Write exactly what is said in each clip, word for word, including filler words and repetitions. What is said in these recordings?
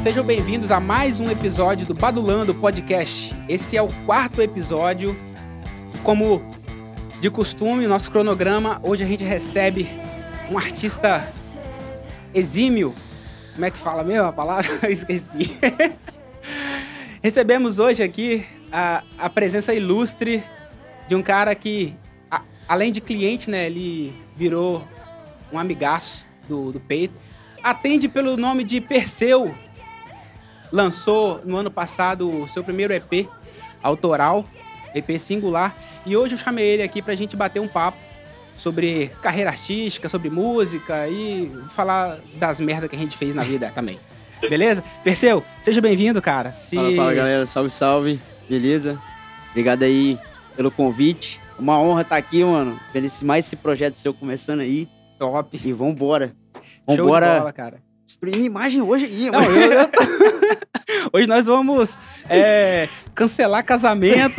sejam bem-vindos a mais um episódio do Badulando Podcast. Esse é o quarto episódio. Como de costume, nosso cronograma, hoje a gente recebe um artista exímio. Como é que fala mesmo a palavra? Eu esqueci. Recebemos hoje aqui a, a presença ilustre de um cara que, a, além de cliente, né, ele virou um amigaço do, do peito. Atende pelo nome de Perseu. Lançou no ano passado o seu primeiro E P autoral, E P singular. E hoje eu chamei ele aqui pra gente bater um papo sobre carreira artística, sobre música e falar das merdas que a gente fez na vida também. Beleza? Perseu, seja bem-vindo, cara. Se... Fala, fala, galera. Salve, salve. Beleza? Obrigado aí pelo convite. Uma honra estar aqui, mano. Vendo esse, mais esse projeto seu começando aí. Top. E vambora. Show Vambora. de bola, cara. Destruir minha imagem hoje aí, Não, mano. eu, eu tô... Hoje nós vamos é, cancelar casamento,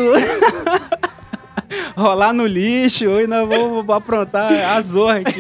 rolar no lixo. Hoje nós vamos aprontar a zorra aqui.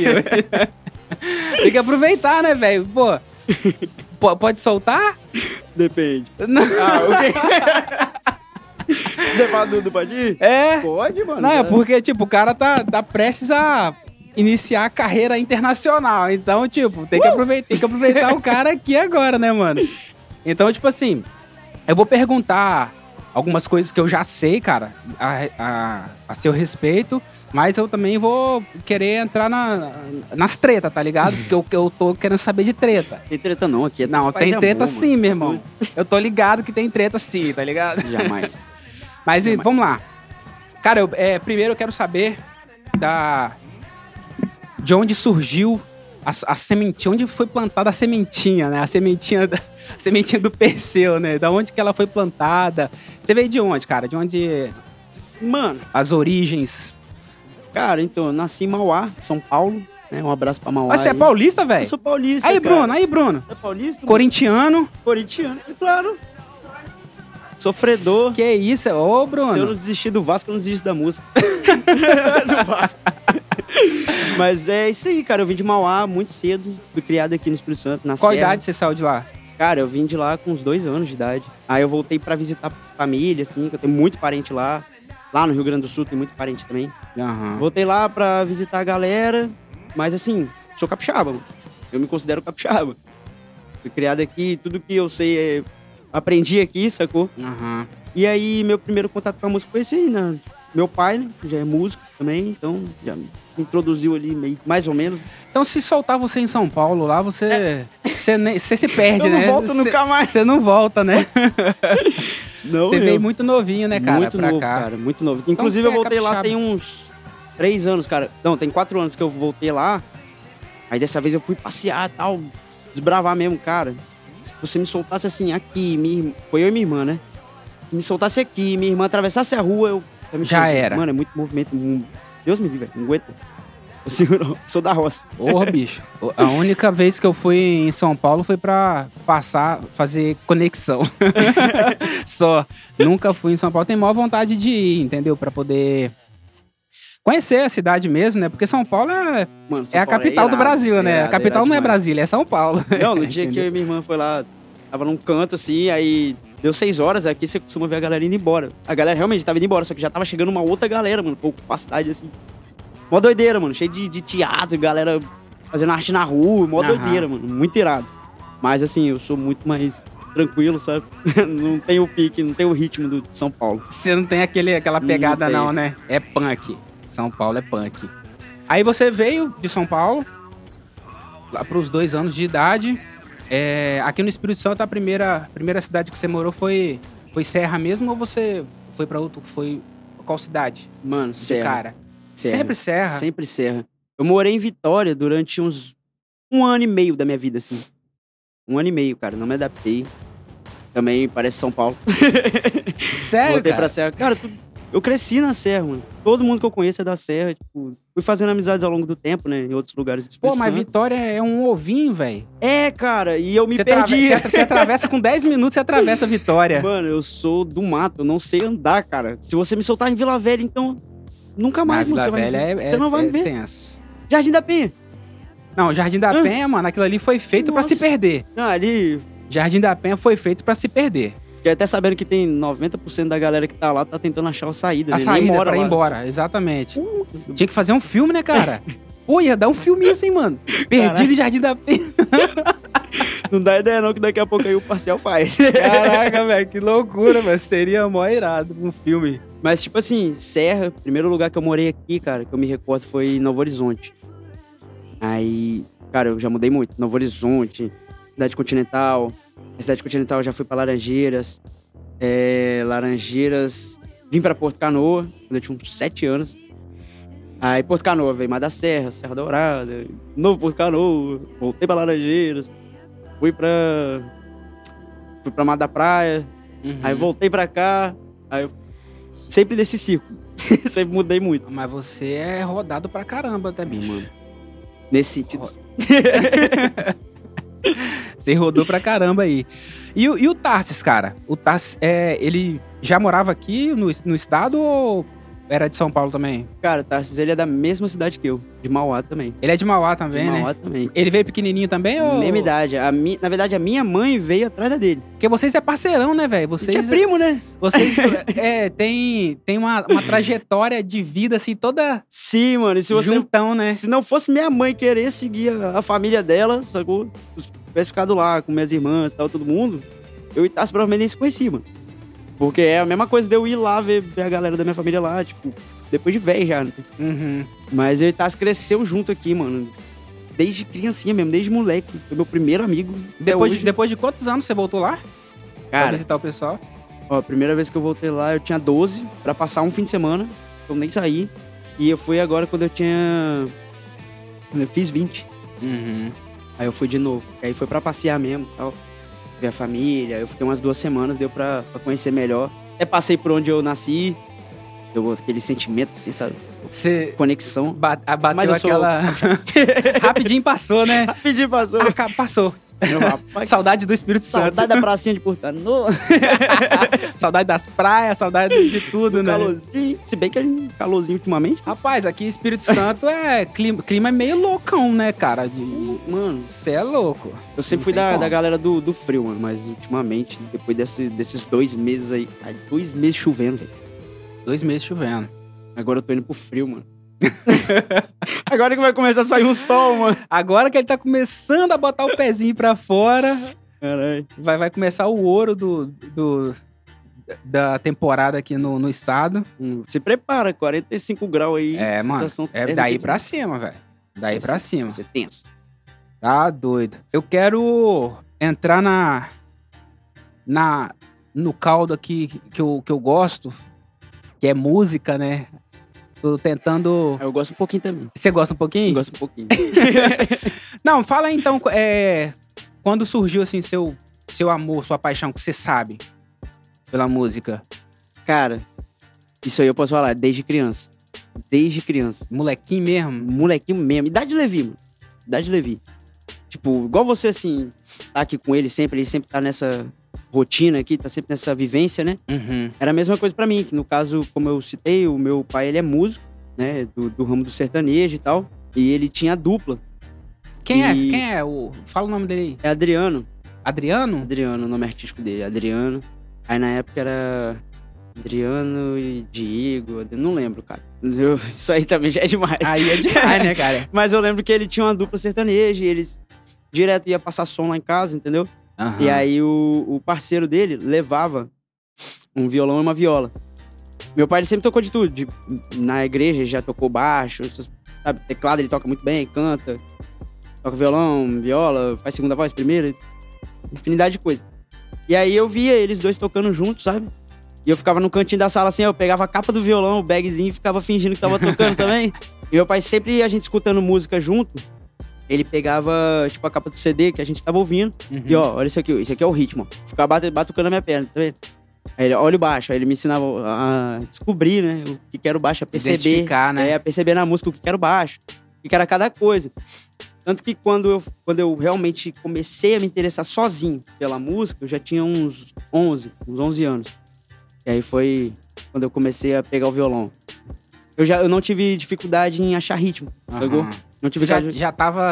Tem que aproveitar, né, velho? Pô, P- pode soltar? Depende. Não. Ah, ok. Você fala do, do pode ir? É. Pode, mano. Não, é cara. porque, tipo, o cara tá, tá prestes a iniciar a carreira internacional. Então, tipo, tem que, aproveitar, tem que aproveitar o cara aqui agora, né, mano? Então, tipo assim, eu vou perguntar algumas coisas que eu já sei, cara, a, a, a seu respeito, mas eu também vou querer entrar na, nas tretas, tá ligado? Porque eu, eu tô querendo saber de treta. Tem treta não, aqui é Não, paz tem e treta amor, sim, mano. meu irmão. Eu tô ligado que tem treta sim, tá ligado? Jamais. Mas e, Jamais. vamos lá. Cara, eu, é, primeiro eu quero saber da... de onde surgiu a, a sementinha, onde foi plantada a sementinha, né? A sementinha, da, a sementinha do Perseu, né? Da onde que ela foi plantada. Você veio de onde, cara? De onde Mano, as origens... cara, então, eu nasci em Mauá, São Paulo, né? Um abraço pra Mauá. Ah, você é aí. paulista, Eu velho? sou paulista, Aí, cara. Bruno, aí, Bruno. Você é paulista? mano? Corintiano. Corintiano, claro. Sofredor. Que isso? Ô, Bruno. Se eu não desistir do Vasco, eu não desisto da música. do Vasco. Mas é isso aí, cara. Eu vim de Mauá muito cedo. Fui criado aqui no Espírito Santo, na Qual Serra. idade você saiu de lá? Cara, eu vim de lá com uns dois anos de idade. Aí eu voltei pra visitar família, assim, que eu tenho muito parente lá. Lá no Rio Grande do Sul tem muito parente também. Aham. Voltei lá pra visitar a galera. Mas assim, sou capixaba, mano. Eu me considero capixaba. Fui criado aqui, tudo que eu sei é... aprendi aqui, sacou? Aham. E aí, meu primeiro contato com a música foi esse aí, né? Meu pai, né? Já é músico também, então já me introduziu ali meio, mais ou menos. Então, se soltar você em São Paulo lá, você, você, nem- você se perde, Eu não né? volto Você- nunca mais. Você não volta, né? Não, Você eu. veio muito novinho, né, cara, Muito pra novo, cá. cara, muito novo. Inclusive, você eu é voltei lá capixaba. tem uns três anos, cara. Não, tem quatro anos que eu voltei lá. Aí dessa vez eu fui passear e tal, desbravar mesmo, cara. Se você me soltasse assim, aqui, minha irmã... foi eu e minha irmã, né? Se me soltasse aqui, minha irmã atravessasse a rua, eu... eu me Já perdi. era. Mano, é muito movimento. mu- Deus me livre, velho. Não aguento. Eu seguro, sou da roça. Ô, bicho, a única vez que eu fui em São Paulo foi pra passar, fazer conexão. Só. Nunca fui em São Paulo. Tenho maior vontade de ir, entendeu? Pra poder conhecer a cidade mesmo, né? Porque São Paulo é, Mano, São é a Paulo capital do irado, Brasil, né? irado, A capital irado não é demais. Brasília, é São Paulo. Não, no dia que Entendeu? eu e minha irmã foi lá, tava num canto assim, aí deu seis horas, aqui você costuma ver a galera indo embora. A galera realmente tava indo embora, só que já tava chegando uma outra galera, mano, pouco com cidade assim. Mó doideira, mano, cheio de, de teatro, galera fazendo arte na rua, mó Aham. doideira, mano, muito irado. Mas assim, eu sou muito mais tranquilo, sabe? Não tem o pique, não tem o ritmo do de São Paulo. Você não tem aquele, aquela pegada tem. não, né? É punk. São Paulo é punk. Aí você veio de São Paulo, lá pros dois anos de idade. É, aqui no Espírito Santo, a primeira, primeira cidade que você morou foi, foi Serra mesmo ou você foi pra outro? Foi qual cidade? Mano, De Serra. cara. Serra. Sempre Serra. Sempre Serra. Eu morei em Vitória durante uns um ano e meio da minha vida, assim. Um ano e meio, cara. Não me adaptei. Também parece São Paulo. Sério, Voltei cara? pra Serra. Cara, tu- eu cresci na Serra, mano. Todo mundo que eu conheço é da Serra. Tipo, fui fazendo amizades ao longo do tempo, né? Em outros lugares do Pô, Espírito mas Santo. Vitória é um ovinho, velho. É, cara. E eu me Você perdi. trave- você atra- você atravessa com dez minutos, você atravessa a Vitória. Mano, eu sou do mato. Eu não sei andar, cara. Se você me soltar em Vila Velha, então... Nunca mais, Mas mano. Vila Você, vai me Velha ver. é, Você é- não vai é me ver. tenso. Jardim da Penha. Não, Jardim da Ah. Penha, mano, aquilo ali foi feito pra Nossa. se perder. Não, ali... Jardim da Penha foi feito pra se perder. Fiquei até sabendo que tem noventa por cento da galera que tá lá tá tentando achar a saída. A né? saída mora pra ir lá. embora, exatamente. Uh, Tinha que fazer um filme, né, cara? Pô, ia dar um filminho assim, mano. Perdido Caraca. em Jardim da Penha. Não dá ideia não que daqui a pouco aí o parcial faz. Caraca, velho, que loucura, velho. Seria mó irado um filme. Mas, tipo assim, Serra, o primeiro lugar que eu morei aqui, cara, que eu me recordo foi em Novo Horizonte. Aí, cara, eu já mudei muito. Novo Horizonte, Cidade Continental. A Cidade Continental eu já fui pra Laranjeiras. É, Laranjeiras. Vim pra Porto Canoa, quando eu tinha uns sete anos. Aí, Porto Canoa, veio mais da Serra, Serra Dourada, novo Porto Canoa. Voltei pra Laranjeiras. Fui pra. Fui pra Mar da Praia. Uhum. Aí voltei pra cá. Aí eu sempre desse ciclo. Sempre mudei muito. Mas você é rodado pra caramba, tá, bicho? Mano. Nesse sentido. Ro- Você rodou pra caramba aí. E, o- e o Tarsis, cara? O Tarsis, é, ele já morava aqui no, no estado ou era de São Paulo também? Cara, Tarsis, ele é da mesma cidade que eu. De Mauá também. Ele é de Mauá também, de né? Mauá também. Ele veio pequenininho também ou... Mesma idade. A mi... Na verdade, a minha mãe veio atrás da dele. Porque vocês é parceirão, né, velho? Você Vocês é primo, né? Vocês é, tem, tem uma, uma trajetória de vida, assim, toda Sim, mano. E se você... juntão, né? Se não fosse minha mãe querer seguir a, a família dela, sacou? Se tivesse ficado lá com minhas irmãs e tal, todo mundo, eu e Tarsis provavelmente nem se conhecia, mano. Porque é a mesma coisa de eu ir lá ver, ver a galera da minha família lá, tipo, depois de velho já, né? Uhum. Mas eu e Tarsis cresceu junto aqui, mano. Desde criancinha mesmo, desde moleque. Foi meu primeiro amigo. até Depois, de, hoje. depois de quantos anos você voltou lá? Pra Cara, visitar o pessoal? ó, a primeira vez que eu voltei lá, eu tinha doze, pra passar um fim de semana. Eu nem saí. E eu fui agora quando eu tinha... Quando eu fiz vinte. Uhum. Aí eu fui de novo. Aí foi pra passear mesmo e tal. Ver a família. Eu fiquei umas duas semanas, deu pra, pra conhecer melhor. Até passei por onde eu nasci. Deu aquele sentimento, assim, sabe? Você Conexão. ba- a- bateu Mas eu sou- aquela... Rapidinho passou, né? Rapidinho passou. Ah, ca- passou. Meu rapaz, Saudade do Espírito Santo. Saudade da pracinha de Portano. Saudade das praias, saudade de tudo, Do né? calorzinho. Se bem que a gente calorzinho ultimamente. Rapaz, aqui Espírito Santo é... Clima, clima é meio loucão, né, cara? De... Mano, Você é louco. eu sempre Não fui tem da, como. da galera do, do frio, mano. Mas ultimamente, depois desse- desses dois meses aí... ai, Dois meses chovendo, velho. Dois meses chovendo. Agora eu tô indo pro frio, mano. Agora que vai começar a sair um sol, mano. Agora que ele tá começando a botar o pezinho pra fora, Caralho. vai, vai começar o ouro do, do- da temporada aqui no, no estado. Hum, se prepara, quarenta e cinco graus aí. É, mano. sensação É térmica daí de- pra cima, velho. Daí pra cima. Você tenso. Tá doido. Eu quero entrar na. na no caldo aqui que eu, que eu gosto, que é música, né? Tô tentando. Eu gosto um pouquinho também. Você gosta um pouquinho? Eu gosto um pouquinho. Não, fala aí, então, é, quando surgiu assim seu, seu amor, sua paixão, que você sabe pela música. Cara, isso aí eu posso falar, desde criança. Desde criança. Molequinho mesmo? Molequinho mesmo. Idade de Levi, mano. Idade de Levi. Tipo, igual você, assim, tá aqui com ele sempre, ele sempre tá nessa rotina aqui, tá sempre nessa vivência, né? Uhum. Era a mesma coisa pra mim, que no caso, como eu citei, o meu pai, ele é músico, né? Do, do ramo do sertanejo e tal. E ele tinha dupla. Quem é? E- Quem é? O, fala o nome dele aí. É Adriano. Adriano? Adriano, o nome artístico dele, Adriano. Aí na época era Adriano e Diego, eu não lembro, cara. Eu- isso aí também já é demais. Aí é demais, né, cara? Mas eu lembro que ele tinha uma dupla sertaneja e eles direto ia passar som lá em casa, entendeu? Aham. E aí o, o parceiro dele levava um violão e uma viola. Meu pai ele sempre tocou de tudo. de- na igreja ele já tocou baixo, essas- sabe? Teclado ele toca muito bem, canta. Toca violão, viola, faz segunda voz, primeira. Infinidade de coisa. E aí eu via eles dois tocando juntos, sabe? E eu ficava no cantinho da sala assim, eu pegava a capa do violão, o bagzinho e ficava fingindo que tava tocando também. E meu pai sempre, a gente escutando música junto, ele pegava, tipo, a capa do C D que a gente tava ouvindo. Uhum. E ó, olha isso aqui, isso aqui é o ritmo. ó. Ficava bate- batucando na minha perna, tá vendo? Aí ele, olha o baixo. Aí ele me ensinava a descobrir, né? O que que era o baixo, a perceber. Identificar, né? É, a perceber na música o que que era o baixo. O que que era cada coisa. Tanto que quando eu, quando eu realmente comecei a me interessar sozinho pela música, eu já tinha uns onze, uns onze anos. E aí foi quando eu comecei a pegar o violão. Eu, já, eu não tive dificuldade em achar ritmo, Aham. pegou? Não tive Você já, dificuldade- já tava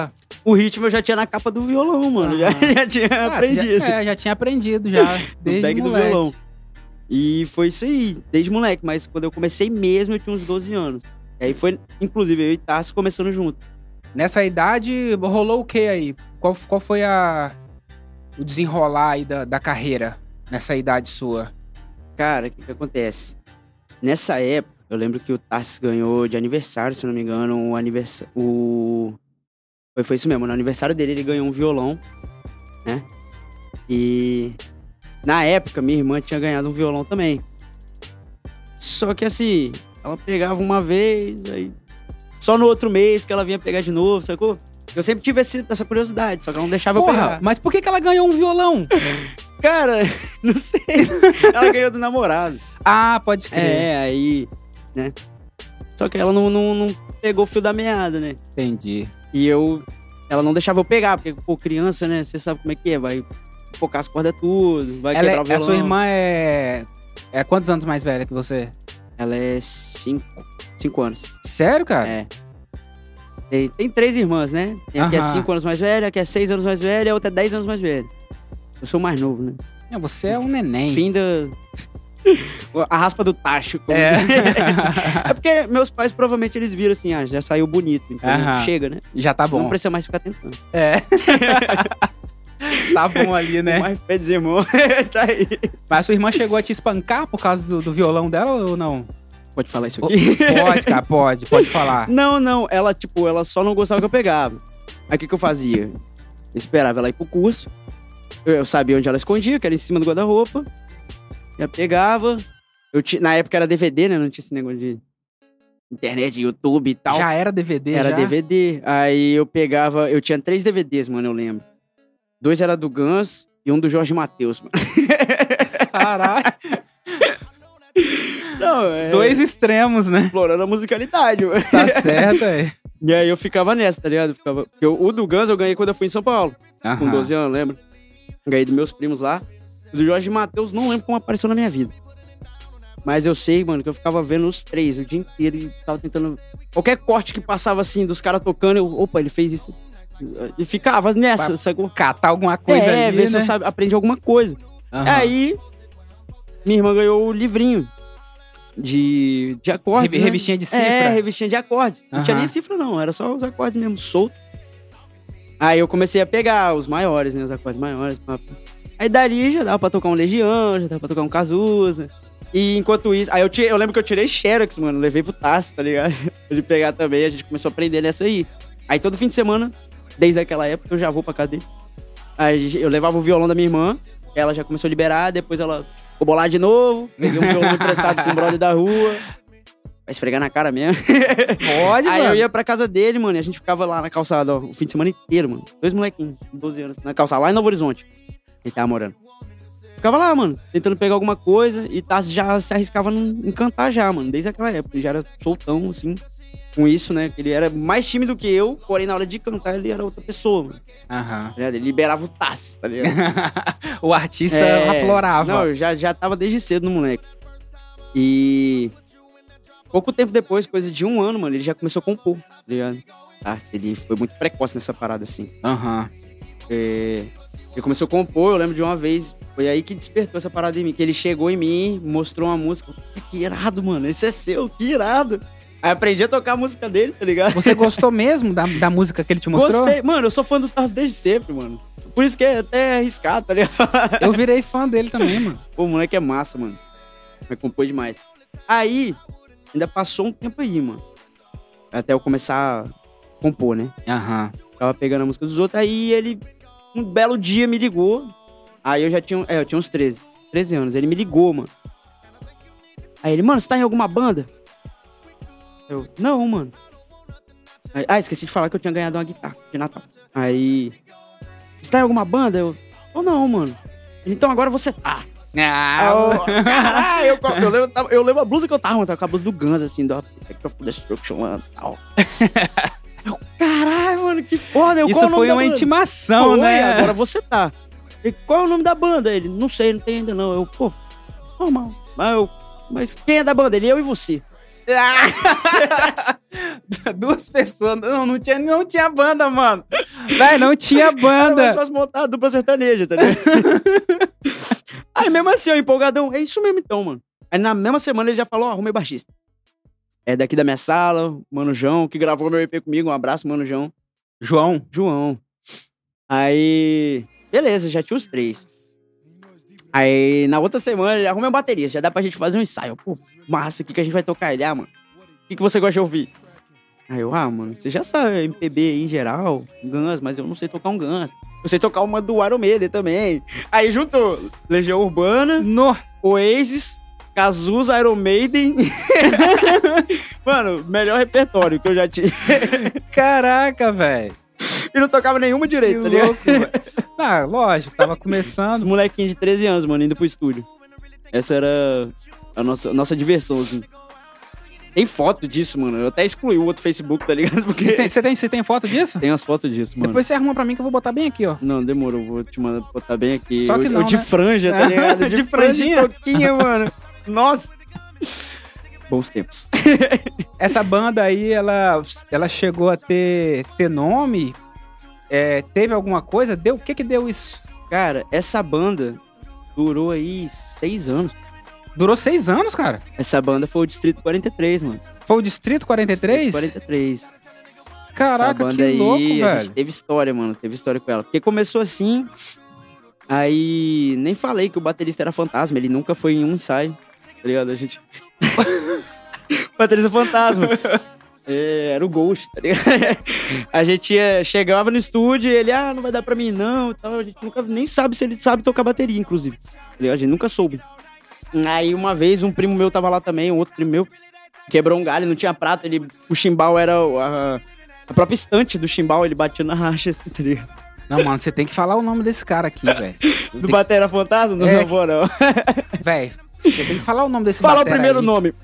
O ritmo eu já tinha na capa do violão, mano. Já, já tinha Ah, aprendido. Já, é, já tinha aprendido já, O desde bag do moleque. violão. E foi isso aí, desde moleque. Mas quando eu comecei mesmo, eu tinha uns doze anos. E aí foi, inclusive, eu e Tarso começando junto. Nessa idade, rolou o que aí? Qual, qual foi a, o desenrolar aí da, da carreira nessa idade sua? Cara, o que que acontece? Nessa época, eu lembro que o Tarso ganhou de aniversário, se eu não me engano, o aniversário... O... Foi, foi isso mesmo, no aniversário dele ele ganhou um violão, né? E... Na época, minha irmã tinha ganhado um violão também. Só que assim, ela pegava uma vez, aí... Só no outro mês que ela vinha pegar de novo, sacou? Eu sempre tive esse, essa curiosidade, só que ela não deixava eu Porra, pegar. mas por que, que ela ganhou um violão? Cara, não sei. Ela ganhou do namorado. Ah, pode crer. É, aí, né? Só que ela não, não, não pegou o fio da meada, né? Entendi. E eu... Ela não deixava eu pegar, porque, pô, criança, né? Você sabe como é que é, vai focar as cordas tudo, vai Ela quebrar é, o violão. a sua irmã é... É quantos anos mais velha que você? Ela é cinco, cinco anos. Sério, cara? É. Tem, tem três irmãs, né? Tem a que é Aham. cinco anos mais velha, a que é seis anos mais velha e a outra é dez anos mais velha. Eu sou o mais novo, né? É, você é um neném. Fim da... A raspa do tacho. como É. diz. É porque meus pais provavelmente eles viram assim, ah, já saiu bonito, então Aham. chega, né? Já tá bom. Não precisa mais ficar tentando. É. Tá bom ali, né? Mais pé de irmão. Tá aí. Mas a sua irmã chegou a te espancar por causa do, do violão dela ou não? Pode falar isso O- aqui? Pode, cara, pode. Pode falar. Não, não. Ela, tipo, ela só não gostava que eu pegava. Aí o que, que eu fazia? Eu esperava ela ir pro curso. Eu, eu sabia onde ela escondia, que era em cima do guarda-roupa. Já pegava. Eu ti... Na época era D V D, né? Não tinha esse negócio de internet, YouTube e tal. Já era D V D, Era já? D V D. Aí eu pegava... Eu tinha três D V Ds, mano, eu lembro. Dois era do Guns e um do Jorge Mateus, mano. Caralho. Não, é... Dois extremos, né? Explorando a musicalidade, mano. Tá certo, aí. E aí eu ficava nessa, tá ligado? Eu ficava... Porque o do Guns eu ganhei quando eu fui em São Paulo. Com doze anos, lembra? Ganhei dos meus primos lá. O do Jorge Mateus não lembro como apareceu na minha vida. Mas eu sei, mano, que eu ficava vendo os três o dia inteiro e tava tentando... Qualquer corte que passava assim, dos caras tocando, eu... Opa, ele fez isso. E ficava nessa, Pra sacou? Catar alguma coisa é, ali, ver né? se eu sabe, aprendi alguma coisa. Aham. Aí, minha irmã ganhou o livrinho de, de acordes, Revi- né? revistinha de cifra? É, revistinha de acordes. Não tinha Aham. nem cifra, não. Era só os acordes mesmo, solto. Aí eu comecei a pegar os maiores, né? Os acordes maiores. Pá, pá. Aí dali já dava pra tocar um Legião, já dava pra tocar um Cazuza. E enquanto isso... Aí eu, tirei, eu lembro que eu tirei Xerox, mano. Levei pro Tassi, tá ligado? Pra ele pegar também. A gente começou a aprender nessa aí. Aí todo fim de semana, desde aquela época, eu já vou pra casa dele. Aí eu levava o violão da minha irmã. Ela já começou a liberar. Depois ela ficou bolada de novo. Peguei um violão emprestado com um brother da rua. Vai esfregar na cara mesmo. Pode, Aí mano. eu ia pra casa dele, mano, e a gente ficava lá na calçada, ó, o fim de semana inteiro, mano. Dois molequinhos, doze anos, na calçada, lá em Novo Horizonte. Ele tava morando. Ficava lá, mano, tentando pegar alguma coisa e tá, já se arriscava em cantar já, mano, desde aquela época. Ele já era soltão, assim, com isso, né? Ele era mais tímido que eu, porém na hora de cantar ele era outra pessoa, mano. Aham. Tá ligado? Ele liberava o taço, tá ligado? O artista É, aflorava. Não, eu já, já tava desde cedo no moleque. E... Pouco tempo depois, coisa de um ano, mano, ele já começou a compor, tá ligado? Ah, ele foi muito precoce nessa parada, assim. Aham. É, ele começou a compor, eu lembro de uma vez, foi aí que despertou essa parada em mim, que ele chegou em mim, mostrou uma música, que irado, mano, esse é seu, que irado. Aí aprendi a tocar a música dele, tá ligado? Você gostou mesmo da, da música que ele te mostrou? Gostei, mano, eu sou fã do Tarso desde sempre, mano. Por isso que é até arriscado, tá ligado? Eu virei fã dele também, mano. Pô, o moleque é massa, mano. Vai compor demais. Aí, ainda passou um tempo aí, mano. Até eu começar a compor, né? Aham. Ficava pegando a música dos outros. Aí ele, um belo dia, me ligou. Aí eu já tinha, é, eu tinha uns treze. treze anos. Ele me ligou, mano. Aí ele, mano, você tá em alguma banda? Eu, não, mano. Aí, ah, esqueci de falar que eu tinha ganhado uma guitarra de Natal. Aí, você tá em alguma banda? Eu, oh, não, mano. Ele, então agora você tá. Ah, Eu, caralho, eu, eu, lembro, eu lembro a blusa que eu tava, mano. Tava com a blusa do Guns, assim, do Attack of Destruction lá e tal. Eu, caralho, mano, que foda. Eu, isso qual é o nome foi da uma banda? intimação, Foi, né? agora você tá. Ele, qual é o nome da banda? Ele, não sei, não tem ainda não. Eu, pô, normal. Mas, eu, mas quem é da banda? Ele, eu e você. Duas pessoas. Não, não tinha, não tinha banda, mano. Véi, não tinha Era banda. só montar a dupla sertaneja, tá ligado? Aí mesmo assim, eu empolgadão, é isso mesmo então, mano. Aí na mesma semana ele já falou, ó, arrumei baixista. É daqui da minha sala, o Mano João, que gravou meu E P comigo, um abraço, Mano João. João. João. Aí, beleza, já tinha os três. Aí, na outra semana, ele arruma um baterista, já dá pra gente fazer um ensaio. Pô, massa, o que, que a gente vai tocar? Ele, ah, mano, o que, que você gosta de ouvir? Aí eu, ah, mano, você já sabe M P B em geral, Guns, mas eu não sei tocar um Guns. Eu sei tocar uma do Iron Maiden também. Aí juntou Legião Urbana, No. Oasis, Cazuza, Iron Maiden. Mano, melhor repertório que eu já tive. Caraca, velho. E não tocava nenhuma direito, tá ligado? velho. Ah, lógico, tava começando. Molequinho de treze anos, mano, indo pro estúdio. Essa era a nossa, a nossa diversão, assim. Tem foto disso, mano. Eu até excluí o outro Facebook, tá ligado? Porque Você tem, você tem, você tem foto disso? tem umas fotos disso, mano. Depois você arruma pra mim que eu vou botar bem aqui, ó. Não, demorou. Vou te mandar botar bem aqui. Só que eu, não, eu de né? franja, tá ligado? De franjinha? De toquinha, mano. Nossa. Bons tempos. Essa banda aí, ela, ela chegou a ter, ter nome? É, teve alguma coisa? Deu? O que que deu isso? Cara, essa banda durou aí seis anos. Durou seis anos, cara? Essa banda foi o Distrito quarenta e três, mano. Foi o Distrito quarenta e três? Distrito quarenta e três. Caraca, Essa banda que aí, louco, a gente velho. teve história, mano. Teve história com ela. Porque começou assim, aí nem falei que o baterista era fantasma. Ele nunca foi em um ensaio, tá ligado? A gente... baterista fantasma. É, era o Ghost, tá ligado? A gente ia, chegava no estúdio e ele, ah, não vai dar pra mim não e tal. A gente nunca nem sabe se ele sabe tocar bateria, inclusive. Tá ligado? A gente nunca soube. Aí uma vez um primo meu tava lá também, um outro primo meu, quebrou um galho, não tinha prato, ele, o chimbal era a, a própria estante do chimbal, ele batia na racha assim, tá ligado? Não, mano, você tem que falar o nome desse cara aqui, velho. Do Tem Batera Fantasma? Não, É, não vou não. que- Velho, você tem que falar o nome desse Fala o batera primeiro aí. nome.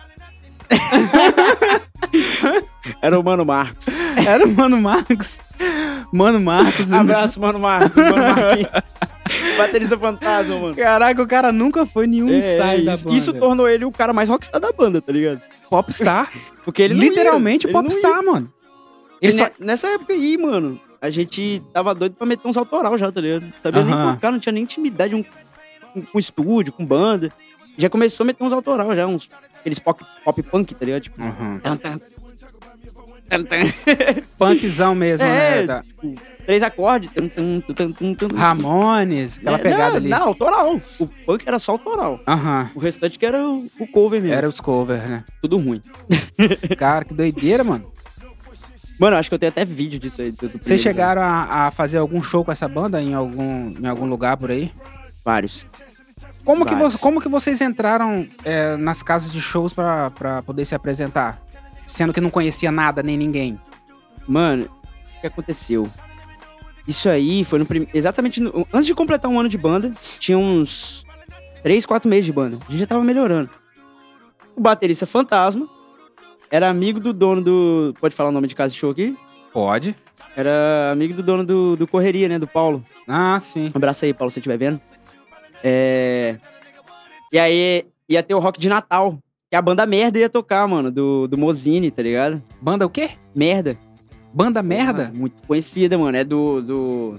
Era o Mano Marcos. Era o Mano Marcos. Mano Marcos. Abraço, Mano Marcos. Mano Marquinhos. Baterista fantasma, mano. Caraca, o cara nunca foi em nenhum É, ensaio da isso, banda. isso tornou ele o cara mais rockstar da banda, tá ligado? Popstar. Porque ele não Literalmente ia, ele não popstar, ia. mano. E Ele só... ne- Nessa época aí, mano, a gente tava doido pra meter uns autoral já, tá ligado? Sabia nem Aham. tocar, não tinha nem intimidade um- com, com estúdio, com banda. Já começou a meter uns autoral já, uns... Aqueles pop, pop punk, tá ligado? Tipo... Uhum. tan, tan, tan, tan. Punkzão mesmo, É, né? Da tipo, três acordes. tan, tan, tan, tan, tan, tan. Ramones, aquela É, pegada não, ali. Não, autoral. O punk era só autoral. Aham. O restante que era o, o cover mesmo. Era os covers, né? Tudo ruim. Cara, que doideira, mano. Mano, acho que eu tenho até vídeo disso aí. do- do Vocês primeiro, chegaram a, a fazer algum show com essa banda em algum, em algum lugar por aí? né? Vários. Como que, Vários. vo- como que vocês entraram é, nas casas de shows pra, pra poder se apresentar? Sendo que não conhecia nada, nem ninguém. Mano, o que aconteceu? Isso aí foi no prim... exatamente no... antes de completar um ano de banda, tinha uns três, quatro meses de banda. A gente já tava melhorando. O baterista Fantasma era amigo do dono do... Pode falar o nome de casa de show aqui? Pode. Era amigo do dono do, do Correria, né? Do Paulo. Ah, sim. Um abraço aí, Paulo, se você estiver vendo. É... E aí ia ter o Rock de Natal, que a banda Merda ia tocar, mano, do, do Mozini, tá ligado? Banda o quê? Merda. Banda merda? Ah, muito conhecida, mano. É do. Do,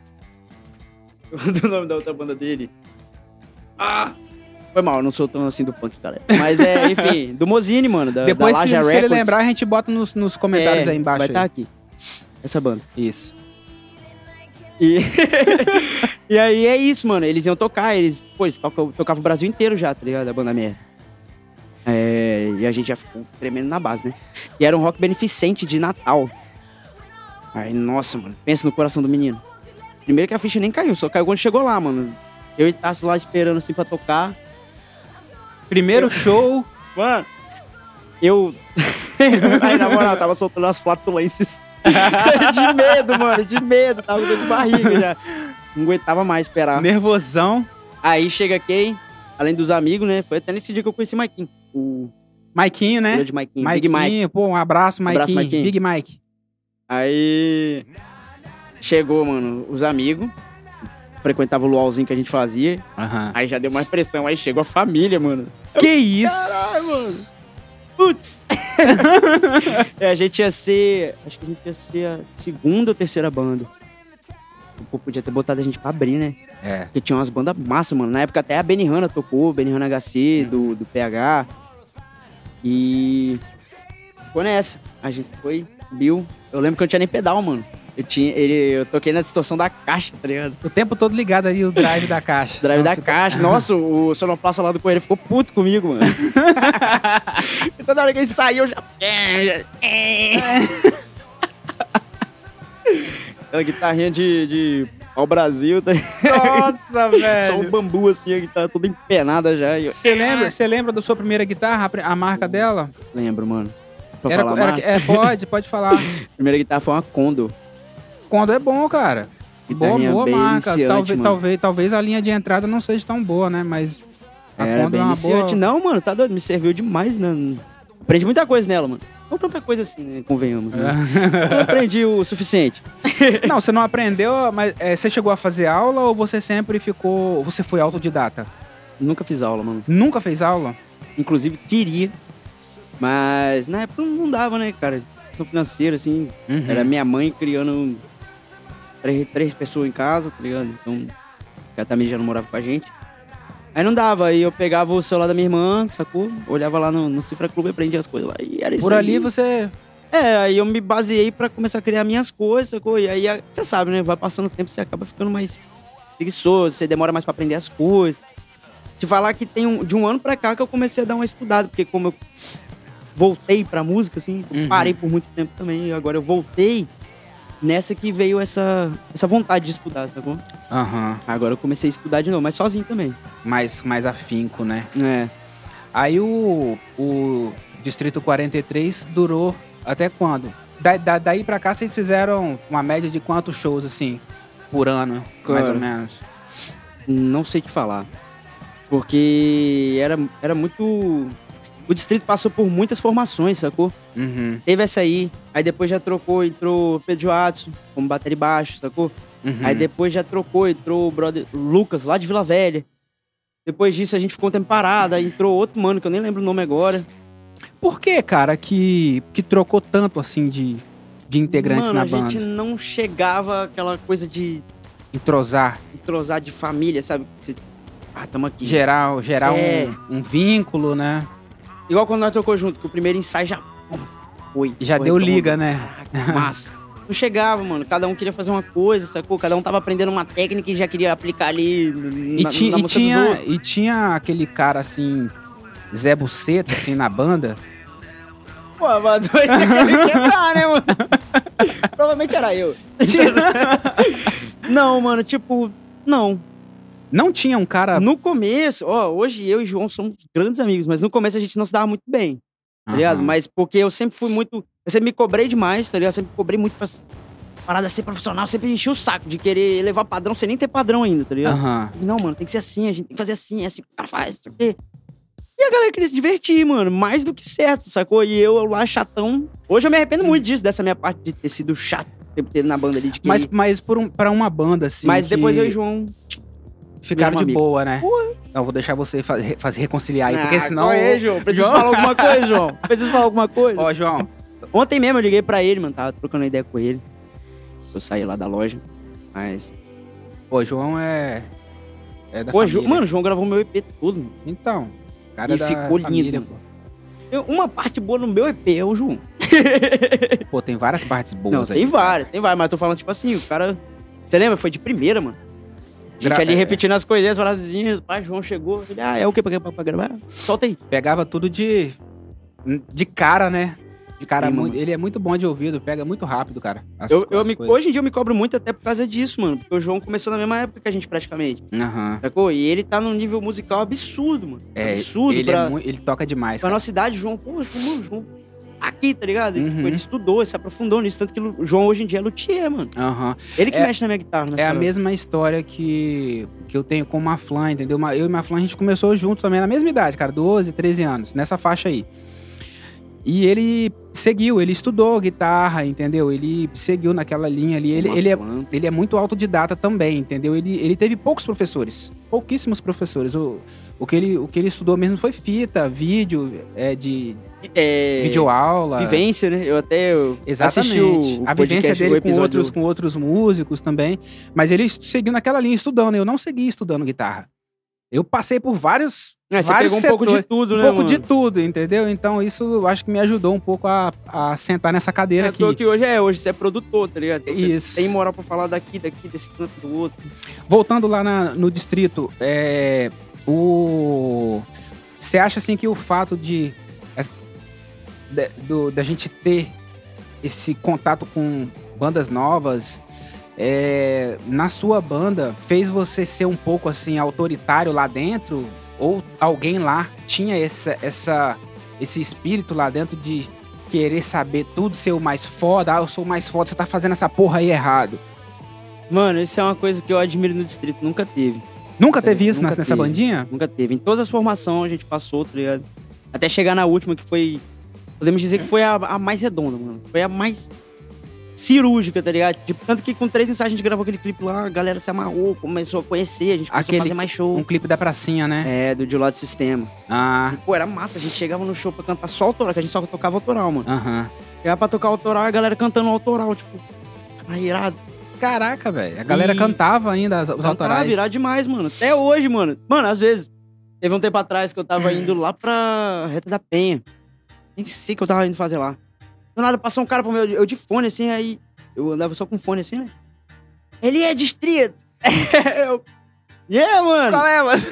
do nome da outra banda dele. Ah! Foi mal, eu não sou tão assim do punk, cara. Mas é, enfim, do Mozini, mano. Da, Depois, da se, Laja se ele Records. lembrar, a gente bota nos, nos comentários É, aí embaixo. Vai estar aí. aqui. Essa banda. Isso. E... e aí é isso, mano. Eles iam tocar, eles, pô, eles tocam, tocavam o Brasil inteiro já, tá ligado? A banda merda. É, e a gente já ficou tremendo na base, né? E era um rock beneficente de Natal. Aí, nossa, mano, pensa no coração do menino. Primeiro que a ficha nem caiu, só caiu quando chegou lá, mano. Eu e Tassi lá esperando assim pra tocar. Primeiro show. Mano, eu. Aí, na moral, tava soltando as flatulências. De medo, mano, de medo. Tava com dor de barriga já. Não aguentava mais esperar. Nervosão. Aí chega quem? Além dos amigos, né? Foi até nesse dia que eu conheci o Maikinho. O Maiquinho, né? grande Maikinho. Big Mike. Maiquinho, pô, um abraço, Maiquinho. abraço, Maiquinho. Big Mike. Aí chegou, mano, os amigos. Frequentava o luauzinho que a gente fazia. Aham. Aí já deu mais pressão. Aí chegou a família, mano. Que isso? Caralho, mano. putz! É, a gente ia ser... Acho que a gente ia ser a segunda ou terceira banda. Pô, podia ter botado a gente pra abrir, né? É. Porque tinha umas bandas massas, mano. Na época até a Benihana tocou, Benihana H C, do, do P H. E... Foi nessa. A gente foi, viu. Eu lembro que eu não tinha nem pedal, mano. Eu, tinha, ele, eu toquei na situação da caixa, tá ligado? O tempo todo ligado aí, o drive da caixa. Drive Então, da você- caixa. Nossa, o sonoplasta lá do Correio ficou puto comigo, mano. E toda hora que ele saiu, eu já... Aquela guitarrinha de, de Ao Brasil, tá? Nossa, velho. Só um bambu assim, a guitarra toda empenada já. E eu... Você lembra, você lembra da sua primeira guitarra, a pri- a marca dela? Lembro, mano. Pra Era, falar era- mais? é, pode, pode falar. Primeira guitarra foi uma Condor. Quando é bom, cara. Boa, Guitarrinha boa bem marca. iniciante, Talvez, mano. talvez, talvez a linha de entrada não seja tão boa, né? Mas a Era Condor bem é uma iniciante. boa. Não, mano, tá doido. Me serviu demais, né? Aprendi muita coisa nela, mano. Não tanta coisa assim, né? Convenhamos, né? Eu aprendi o suficiente. Não, você não aprendeu, mas é, você chegou a fazer aula ou você sempre ficou. Você foi autodidata? Nunca fiz aula, mano. Nunca fez aula? Inclusive, queria. Mas na época não dava, né, cara? Questão financeira, assim. Uhum. Era minha mãe criando três, três pessoas em casa, tá ligado? Então, ela também já não morava com a gente. Aí não dava, aí eu pegava o celular da minha irmã, sacou? Olhava lá no, no Cifra Clube e aprendia as coisas lá. E era isso Por aí. ali você. É, aí eu me baseei pra começar a criar minhas coisas, sacou? E aí, a- você sabe, né? Vai passando o tempo, você acaba ficando mais preguiçoso, você demora mais pra aprender as coisas. Te falar que tem um, de um ano pra cá que eu comecei a dar uma estudada, porque como eu voltei pra música, assim, eu Uhum. parei por muito tempo também, e agora eu voltei, nessa que veio essa, essa vontade de estudar, sacou? Aham. Agora eu comecei a estudar de novo, mas sozinho também. Mais, mais afinco, né? É. Aí o, o Distrito quarenta e três durou até quando? Da, da- daí pra cá vocês fizeram uma média de quantos shows, assim, por ano, mais Cara. ou menos? Não sei te falar. Porque era, era muito... O distrito passou por muitas formações, sacou? Uhum, Teve essa aí, aí depois já trocou, entrou Pedro Watson como bateria e baixo, sacou? uhum. Aí depois já trocou, entrou o brother Lucas, lá de Vila Velha. Depois disso a gente ficou um tempo parado, aí entrou outro mano, que eu nem lembro o nome agora. Por que, cara, que, que trocou tanto, assim, de, de integrantes Mano, na a banda? gente não chegava aquela coisa de Entrosar, entrosar de família, sabe? Você... Ah, tamo aqui. gerar, gerar É. um, um vínculo, né? Igual quando nós trocou junto, que o primeiro ensaio já... pum, Foi. Já Foi, deu tomou- liga, né? Caraca, massa. Não chegava, mano. Cada um queria fazer uma coisa, sacou? Cada um tava aprendendo uma técnica e já queria aplicar ali E, na, ti- na e música dos tinha, outros. e tinha aquele cara, assim, Zé Buceta, assim, na banda. Pô, mano, esse queria quebrar, né, mano? Provavelmente era eu. Não, mano, tipo... Não. Não tinha um cara... No começo, ó, hoje eu e João somos grandes amigos, mas no começo a gente não se dava muito bem, tá ligado? Aham. Mas porque eu sempre fui muito... Eu sempre me cobrei demais, tá ligado? Eu sempre me cobrei muito pra parada ser profissional, sempre enchi o saco de querer elevar padrão sem nem ter padrão ainda, tá ligado? Aham. Não, mano, tem que ser assim, a gente tem que fazer assim, é assim que o cara faz, não sei o quê. E a galera queria se divertir, mano, mais do que certo, sacou? E eu lá, chatão. Hoje eu me arrependo muito disso, dessa minha parte de ter sido chato o tempo inteiro na banda ali. De Mas, querer- mas por um, pra uma banda, assim, Mas que depois eu e João... ficaram viramos de amigo. boa, né? Não, vou deixar você fazer, fazer reconciliar aí, porque Ah, senão... qual é, João? Preciso João? falar alguma coisa, João. Preciso falar alguma coisa. Ó, João, Ontem mesmo eu liguei pra ele, mano, tava trocando ideia com ele. Eu saí lá da loja, mas... Pô, João é... É da Pô, família. Ju- mano, o João gravou meu E P todo, mano. Então, cara E da ficou família, lindo, Eu- Uma parte boa no meu E P é o João. pô. Pô, tem várias partes boas Não, aí. tem várias, tem várias, mas eu tô falando, tipo assim, o cara... Você lembra? Foi de primeira, mano. A gente Gra- ali é. repetindo as coisinhas, as frasezinhas, o pai João chegou, ele, ah, é o quê pra, pra, pra gravar? Solta aí. Pegava tudo de... De cara, né? De cara, Sim, muito, mano. ele é muito bom de ouvido, pega muito rápido, cara. as- Eu, eu as me- coisas. hoje em dia eu me cobro muito até por causa disso, mano, porque o João começou na mesma época que a gente praticamente, Aham. sacou? E ele tá num nível musical absurdo, mano. É, absurdo ele, pra, é mui- ele toca demais, pra cara. nossa idade, o João, pô, João, João, aqui, tá ligado? Ele, Uhum. tipo, ele estudou, ele se aprofundou nisso, tanto que o João hoje em dia é luthier, mano. Aham. Ele que É- mexe na minha guitarra, né? É a mesma história que, que eu tenho com o Maflan, entendeu? Ma- Eu e o Maflan, a gente começou junto também, na mesma idade, cara, doze, treze anos, nessa faixa aí. E ele seguiu, ele estudou guitarra, entendeu? Ele seguiu naquela linha ali. Ele, ele, é, ele é muito autodidata também, entendeu? Ele, ele teve poucos professores, pouquíssimos professores. O, O que ele, o que ele estudou mesmo foi fita, vídeo, é, de É, videoaula. Vivência, né? Eu até eu Exatamente. assisti o, o a vivência podcast, o dele com episódio- outros, com outros músicos também. Mas ele seguiu naquela linha estudando. Eu não segui estudando guitarra. Eu passei por vários. É, você vários pegou um pouco de setores, tudo, um né, pouco mano? de tudo, entendeu? Então isso eu acho que me ajudou um pouco a, a sentar nessa cadeira É, aqui. tô que hoje é, hoje você é produtor, tá ligado? Então você Isso. tem moral pra falar daqui, daqui, desse canto, do outro. Voltando lá na- no distrito, é, o você acha assim que o fato de as- da- do- da gente ter esse contato com bandas novas é, na sua banda fez você ser um pouco assim autoritário lá dentro, ou alguém lá tinha essa, essa esse espírito lá dentro de querer saber tudo, ser o mais foda? Ah, eu sou o mais foda, você tá fazendo essa porra aí errado. Mano, isso é uma coisa que eu admiro no distrito, nunca teve. Nunca teve isso Nunca na- nessa teve. bandinha? Nunca teve. Em todas as formações a gente passou, tá ligado? Até chegar na última, que foi. Podemos dizer que foi a, a mais redonda, mano. Foi a mais cirúrgica, tá ligado? Tipo, tanto que com três ensaios a gente gravou aquele clipe lá, a galera se amarrou, começou a conhecer, a gente começou Aquele- a fazer mais show. Um clipe da pracinha, né? É, do De Lado Sistema. Ah, Pô, era massa, a gente chegava no show pra cantar só autoral, que a gente só tocava autoral, mano. aham. Chegava pra tocar autoral e a galera cantando autoral, tipo, cara, irado. Caraca, velho. A galera E- cantava ainda as- os Cantava, autorais. irado demais, mano. Até hoje, mano. Mano, às vezes, teve um tempo atrás que eu tava indo lá pra Reta da Penha. Nem sei o que eu tava indo fazer lá. Do nada, passou um cara pro meu, eu de fone, assim, aí eu andava só com fone, assim, né? Ele é distrito. eu... Yeah, mano. Qual é, mano?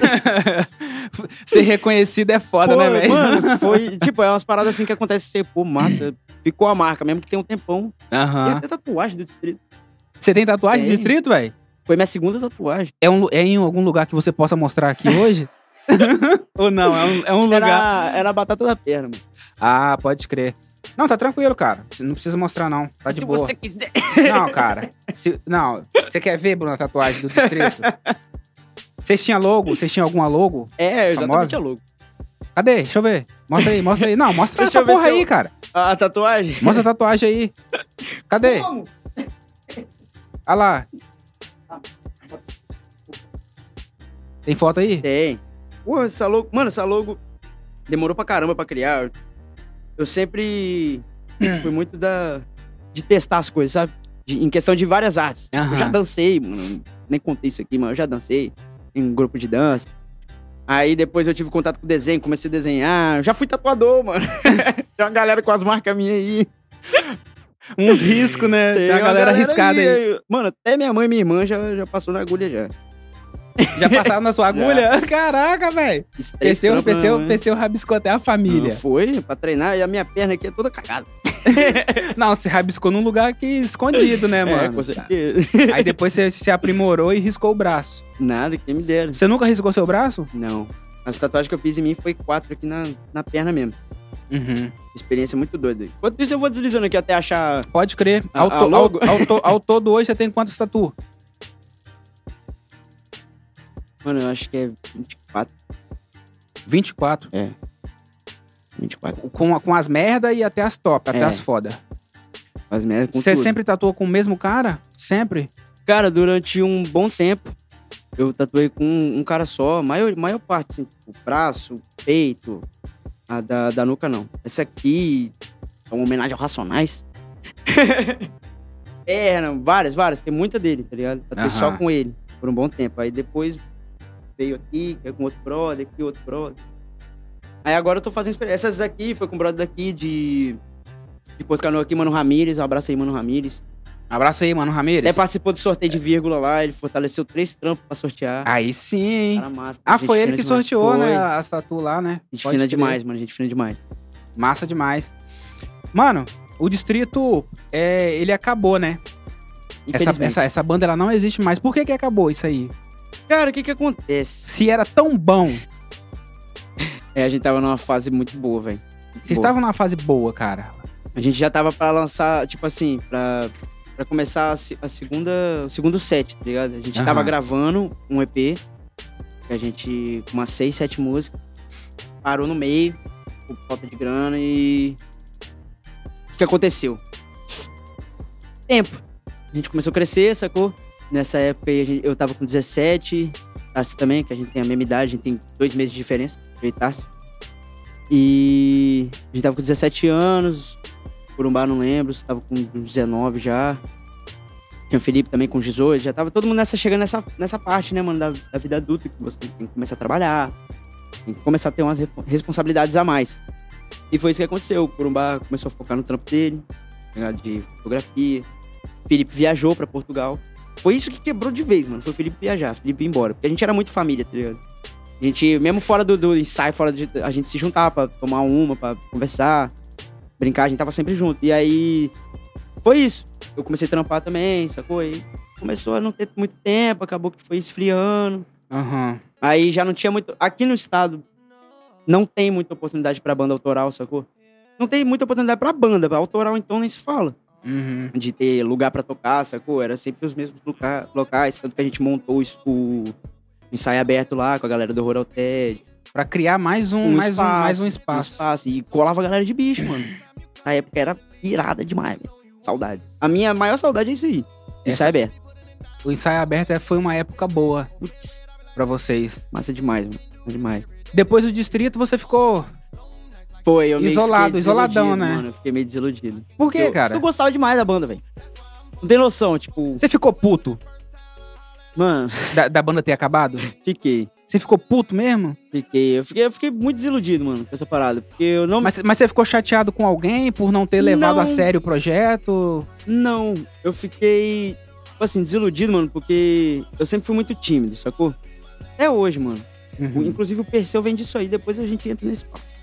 Ser reconhecido é foda, Pô, né, velho? Mano, foi, tipo, é umas paradas assim que acontecem assim, pô, massa. Ficou a marca, mesmo que tem um tempão. E Aham. até tatuagem do distrito. Você tem tatuagem de Tem. distrito, velho? Foi minha segunda tatuagem. É, um, é em algum lugar que você possa mostrar aqui hoje? Ou não? É um, é um lugar... Era, era a batata da perna, mano. Ah, pode crer. Não, tá tranquilo, cara. Você não precisa mostrar, não. Tá de Se boa. você quiser. Não, cara. Se- não, você quer ver, Bruno, a tatuagem do distrito? Vocês tinham logo? Vocês tinham alguma logo? É, exatamente Famosa? a logo. Cadê? Deixa eu ver. Mostra aí, mostra aí. Não, mostra Deixa essa eu ver porra se eu- aí, cara. A, a tatuagem? Mostra a tatuagem aí. Cadê? Como? Olha lá. Tem foto aí? Tem. Pô, essa logo... Mano, essa logo demorou pra caramba pra criar. Eu sempre fui muito da... de testar as coisas, sabe? De- em questão de várias artes. Aham. Eu já dancei, mano. Nem contei isso aqui, mas eu já dancei em um grupo de dança. Aí depois eu tive contato com o desenho, comecei a desenhar. Já fui tatuador, mano. Tem uma galera com as marcas minhas aí. Uns riscos, né? Tem, a uma galera arriscada aí. Mano, até minha mãe e minha irmã já, já passou na agulha já. Já passaram na sua agulha? Caraca, velho. Fiz três P C, trampos, P C, né? P C rabiscou até a família. Não, foi pra treinar e a minha perna aqui é toda cagada. Não, você rabiscou num lugar que escondido, né, É, mano? com certeza. Aí depois você se aprimorou e riscou o braço. Nada, quem me dera. Você nunca riscou seu braço? Não. As tatuagens que eu fiz em mim foi quatro aqui na, na perna mesmo. Uhum. Experiência muito doida. Enquanto isso, eu vou deslizando aqui até achar. Pode crer. A- Ao, a to- logo? ao- ao to- ao todo hoje você tem quantas tatu? Mano, eu acho que é vinte e quatro. vinte e quatro. vinte e quatro. Com, com as merda e até as top, até É. as foda. Faz merda com Você tudo. sempre tatuou com o mesmo cara? Sempre? Cara, durante um bom tempo, eu tatuei com um cara só. Maior, maior parte, assim. O braço, o peito. A da, da nuca, não. Essa aqui é uma homenagem ao Racionais. Perna, várias, várias. Tem muita dele, tá ligado? Tatuei Aham. só com ele, por um bom tempo. Aí depois veio aqui, que é com outro brother, aqui outro brother. Aí agora eu tô fazendo experiência. Essas aqui foi com o brother daqui de... De Porto Canoa aqui, Mano Ramírez. Um abraço aí, Mano Ramírez. Abraço aí, mano, Ramírez. Até participou do sorteio de vírgula lá, ele fortaleceu três trampos pra sortear. Aí sim, hein? Cara massa. Ah, gente foi ele fina que demais. sorteou, Foi. né? As tatu lá, né? Gente Pode fina crer. demais, mano. Gente fina demais. Massa demais. Mano, o distrito, é, ele acabou, né? Essa, Infelizmente. essa, essa banda, ela não existe mais. Por que que acabou isso aí? Cara, o que que acontece? Se era tão bom, É, a gente tava numa fase muito boa, velho. vocês Boa. estavam numa fase boa, cara. A gente já tava pra lançar, tipo assim, pra, pra começar a, se- a segunda, o segundo set, tá ligado? A gente Aham. tava gravando um E P, que a gente, com umas seis, sete músicas, parou no meio, por falta de grana e... O que que aconteceu? Tempo. A gente começou a crescer, sacou? Nessa época aí a gente- eu tava com dezessete, Tassi também, que a gente tem a mesma idade, a gente tem dois meses de diferença, eu e Tassi. E a gente tava com dezessete anos, Corumbá não lembro, você tava com dezenove já. Tinha o Felipe também com dezoito, já tava todo mundo nessa, chegando nessa, nessa parte, né, mano, da, da vida adulta, que você tem que começar a trabalhar, tem que começar a ter umas responsabilidades a mais. E foi isso que aconteceu, o Corumbá começou a focar no trampo dele, de fotografia. O Felipe viajou pra Portugal. Foi isso que quebrou de vez, mano, foi o Felipe viajar, o Felipe ir embora, porque a gente era muito família, tá ligado? A gente, mesmo fora do, do ensaio, fora de, a gente se juntava pra tomar uma, pra conversar, brincar, a gente tava sempre junto. E aí, foi isso. Eu comecei a trampar também, sacou? E começou a não ter muito tempo, acabou que foi esfriando. Uhum. Aí já não tinha muito... Aqui no estado, não tem muita oportunidade pra banda autoral, sacou? Não tem muita oportunidade pra banda, pra autoral então nem se fala. Uhum. De ter lugar pra tocar, sacou? Era sempre os mesmos loca- locais, tanto que a gente montou o... ensaio aberto lá com a galera do Rural Ted. Pra criar mais um, Um mais espaço, um, mais um Um espaço. espaço. E colava a galera de bicho, mano. Na época era irada demais, velho. Saudade. A minha maior saudade é isso aí. Essa- Ensaio aberto. O ensaio aberto é- foi uma época boa Putz, pra vocês. massa demais, mano. Massa demais. Depois do distrito, você ficou... Foi, eu meio que Isolado, fiquei isoladão, desiludido, né? Mano, eu fiquei meio desiludido. Por quê, eu, cara? Eu gostava demais da banda, velho. Não tem noção, tipo... Você ficou puto Mano, da, da banda ter acabado? fiquei. Você ficou puto mesmo? Fiquei. Eu fiquei, eu fiquei muito desiludido, mano, com essa parada. Porque eu não... Mas, mas você ficou chateado com alguém por não ter levado Não. a sério o projeto? Não, eu fiquei, tipo assim, desiludido, mano, porque eu sempre fui muito tímido, sacou? Até hoje, mano. O- Uhum. Inclusive o Perseu vem disso aí, depois a gente entra nesse papo.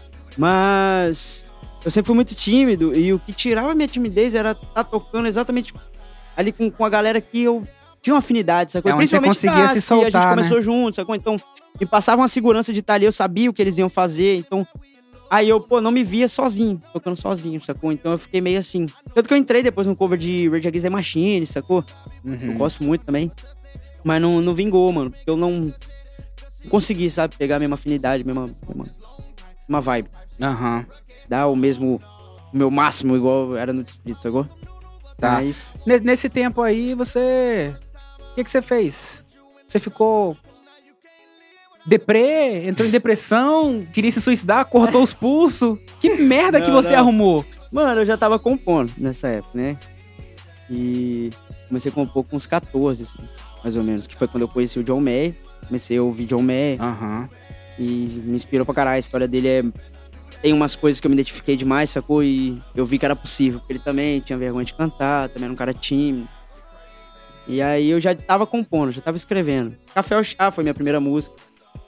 Mas eu sempre fui muito tímido e o que tirava a minha timidez era estar tocando exatamente ali com, com a galera que eu tinha uma afinidade, sacou? É onde você Principalmente conseguia se Tassi, soltar, a gente né? começou junto, sacou? Então, me passava uma segurança de estar ali, eu sabia o que eles iam fazer, então... Aí eu, pô, não me via sozinho, tocando sozinho, sacou? Então eu fiquei meio assim. Tanto que eu entrei depois no cover de Rage Against the Machine, sacou? Eu Uhum. gosto muito também. Mas não, não vingou, mano. Porque eu não consegui, sabe? Pegar a mesma afinidade, a mesma, mesma, mesma vibe. Aham. Dar o mesmo... O meu máximo, igual era no distrito, sacou? Tá. Aí, Ne- Nesse tempo aí, você... O que, que você fez? Você ficou... Deprê? Entrou em depressão? Queria se suicidar? Cortou os pulsos? Que merda que Não, você não. arrumou? mano, eu já tava compondo nessa época, né? E comecei a compor com uns quatorze, assim, mais ou menos. Que foi quando eu conheci o John Mayer. Comecei a ouvir John Mayer. Aham. E me inspirou pra caralho. A história dele é... Tem umas coisas que eu me identifiquei demais, sacou? E eu vi que era possível. Porque ele também tinha vergonha de cantar, também era um cara tímido. E aí eu já tava compondo, já tava escrevendo. Café ao Chá foi minha primeira música.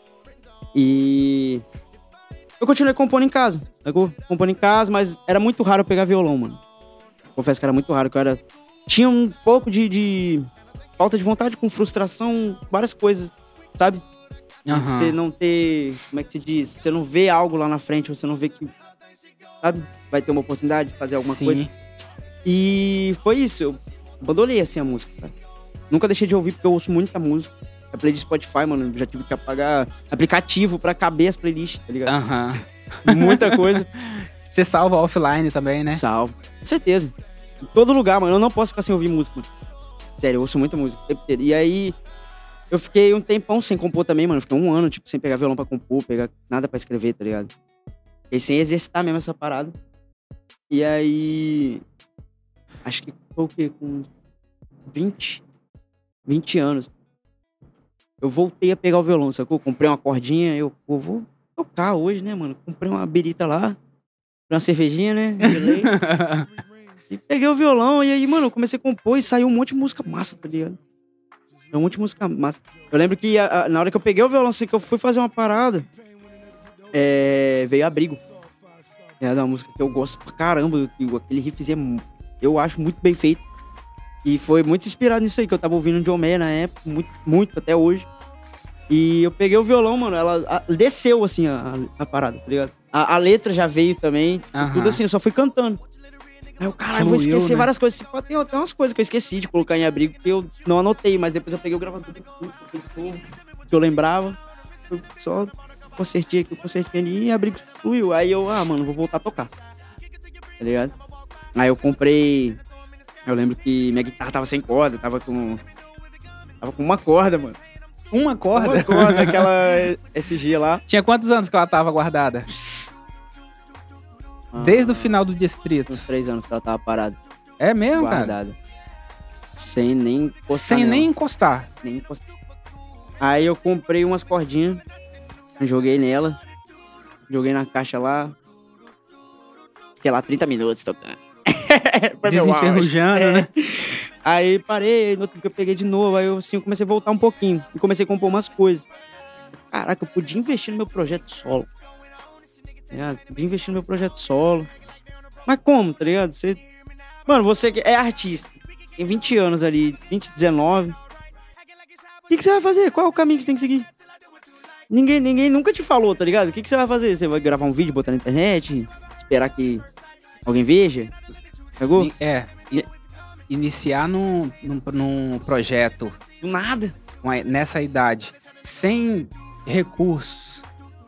E... eu continuei compondo em casa, sacou? Compondo em casa, mas era muito raro eu pegar violão, mano. Confesso que era muito raro, que eu era... Tinha um pouco de, de falta de vontade, com frustração, várias coisas, sabe? De Aham. Você não ter... Como é que se diz? Você não vê algo lá na frente, você não vê que... Sabe? Vai ter uma oportunidade de fazer alguma Sim. coisa. E foi isso, eu abandonei, assim, a música, cara. Nunca deixei de ouvir, porque eu ouço muita música. A playlist Spotify, mano, já tive que apagar aplicativo pra caber as playlists, tá ligado? Aham. Muita coisa. Você salva offline também, né? Salvo. Com certeza. Em todo lugar, mano. Eu não posso ficar sem ouvir música, mano. Sério, eu ouço muita música o tempo inteiro. E aí, eu fiquei um tempão sem compor também, mano. Fiquei um ano, tipo, sem pegar violão pra compor, pegar nada pra escrever, tá ligado? E sem exercitar mesmo essa parada. E aí... Acho que foi o quê? Com vinte, vinte anos. Eu voltei a pegar o violão, sacou? Comprei uma cordinha, eu, pô, vou tocar hoje, né, mano? Comprei uma birita lá, comprei uma cervejinha, né? Gelei. E peguei o violão, e aí, mano, eu comecei a compor e saiu um monte de música massa, tá ligado? Um monte de música massa. Eu lembro que a- a- na hora que eu peguei o violão, assim, que eu fui fazer uma parada, é, veio Abrigo. É uma música que eu gosto pra caramba, que aquele riffzinho é, eu acho muito bem feito. E foi muito inspirado nisso aí, que eu tava ouvindo John Mayer na época, muito, muito até hoje. E eu peguei o violão, mano, ela a- desceu, assim, a, a parada, tá ligado? A, a letra já veio também, Aham. tudo assim, eu só fui cantando. Aí eu, caralho, vou Fluiu, esquecer né? várias coisas. Pô, Tem até umas coisas que eu esqueci de colocar em Abrigo, que eu não anotei, mas depois eu peguei o gravador que eu lembrava. Eu só consertei aqui, eu consertei ali e Abrigo fluiu. Aí eu, ah, mano, vou voltar a tocar. Tá ligado? Aí eu comprei... Eu lembro que minha guitarra tava sem corda, tava com... Tava com uma corda, mano. Uma corda? Uma corda, aquela S G lá. Tinha quantos anos que ela tava guardada? Ah, Desde o final do distrito. Uns três anos que ela tava parada. É mesmo, guardada. cara? Sem nem encostar. Sem nela. nem encostar. Nem encostar. Aí eu comprei umas cordinhas, joguei nela, joguei na caixa lá. Fiquei lá trinta minutos tocando. Desenferrujando, é. né? Aí parei, no outro dia eu peguei de novo, aí eu assim, comecei a voltar um pouquinho. E comecei a compor umas coisas. Caraca, eu podia investir no meu projeto solo. Tá ligado? Podia investir no meu projeto solo. Mas como, tá ligado? Você... Mano, você é artista. Tem vinte anos ali, vinte, dezenove. O que, que você vai fazer? Qual é o caminho que você tem que seguir? Ninguém, ninguém nunca te falou, tá ligado? O que, que você vai fazer? Você vai gravar um vídeo, botar na internet? Esperar que alguém veja? Pegou? É. I- iniciar num, num, num projeto Do nada. nessa idade, sem recursos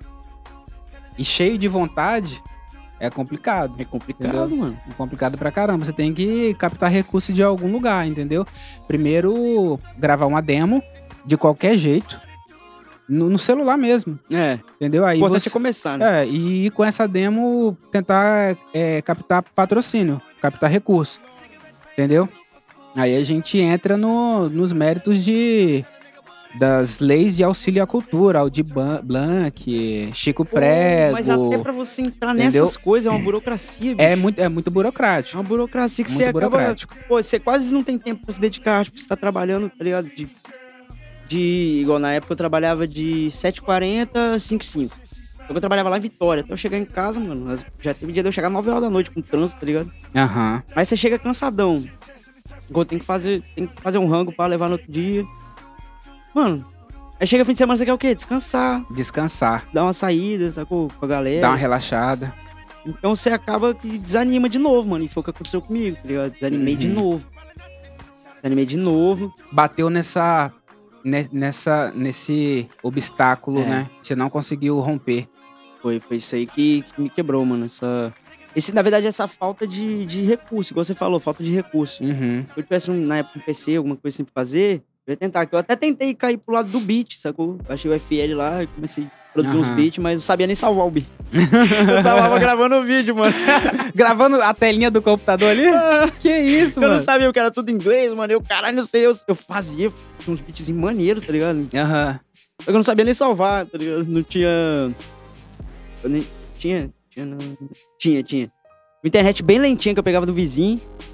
e cheio de vontade, é complicado. É complicado, Entendeu? mano. É complicado pra caramba. Você tem que captar recursos de algum lugar, entendeu? Primeiro, gravar uma demo de qualquer jeito. No, no celular mesmo, É. entendeu? Aí Importante você, é começar, né? é, e com essa demo tentar é, captar patrocínio, captar recurso, entendeu? Aí a gente entra no, nos méritos de das leis de auxílio à cultura, Aldir Blanc, Chico Pô, Prego. Mas até pra você entrar entendeu? nessas coisas é uma burocracia, bicho. É muito, é muito É burocrático. uma burocracia que Muito você acaba... burocrático. Pô, você quase não tem tempo pra se dedicar, tipo, você tá trabalhando, tá ligado? De, de... Igual na época eu trabalhava de sete e quarenta, cinco e cinco. Então eu trabalhava lá em Vitória. Até eu chegar em casa, mano, já teve dia de eu chegar nove horas da noite com trânsito, tá ligado? Aham. Aí você chega cansadão. Igual tem que fazer, tem que fazer um rango pra levar no outro dia. Mano, aí chega fim de semana, você quer o quê? Descansar, Descansar, dar uma saída, sacou? Com a galera. dar uma relaxada. Então você acaba que desanima de novo, mano. E foi o que aconteceu comigo, tá ligado? Desanimei de Uhum. novo. Desanimei de novo. Bateu nessa, ne- nessa, nesse obstáculo, É. né? Você não conseguiu romper. Foi, foi isso aí que, que me quebrou, mano. Essa... Esse, na verdade, essa falta de, de recurso, igual você falou, falta de recurso. Uhum. Se eu tivesse, um, na época, um P C, alguma coisa assim pra fazer, eu ia tentar. Eu até tentei cair pro lado do beat, sacou? Achei o F L lá, comecei a produzir uns Aham. beats, mas não sabia nem salvar o beat. Eu salvava gravando o vídeo, mano. Gravando a telinha do computador ali? Que isso, Eu mano? não sabia, o cara tudo em inglês, mano. Eu, caralho, não sei, eu, eu fazia tinha uns beats maneiros, tá ligado? Aham. Só que eu não sabia nem salvar, tá ligado? Não tinha... Eu nem... Tinha? Tinha, não... Tinha, tinha. Uma internet bem lentinha que eu pegava do vizinho.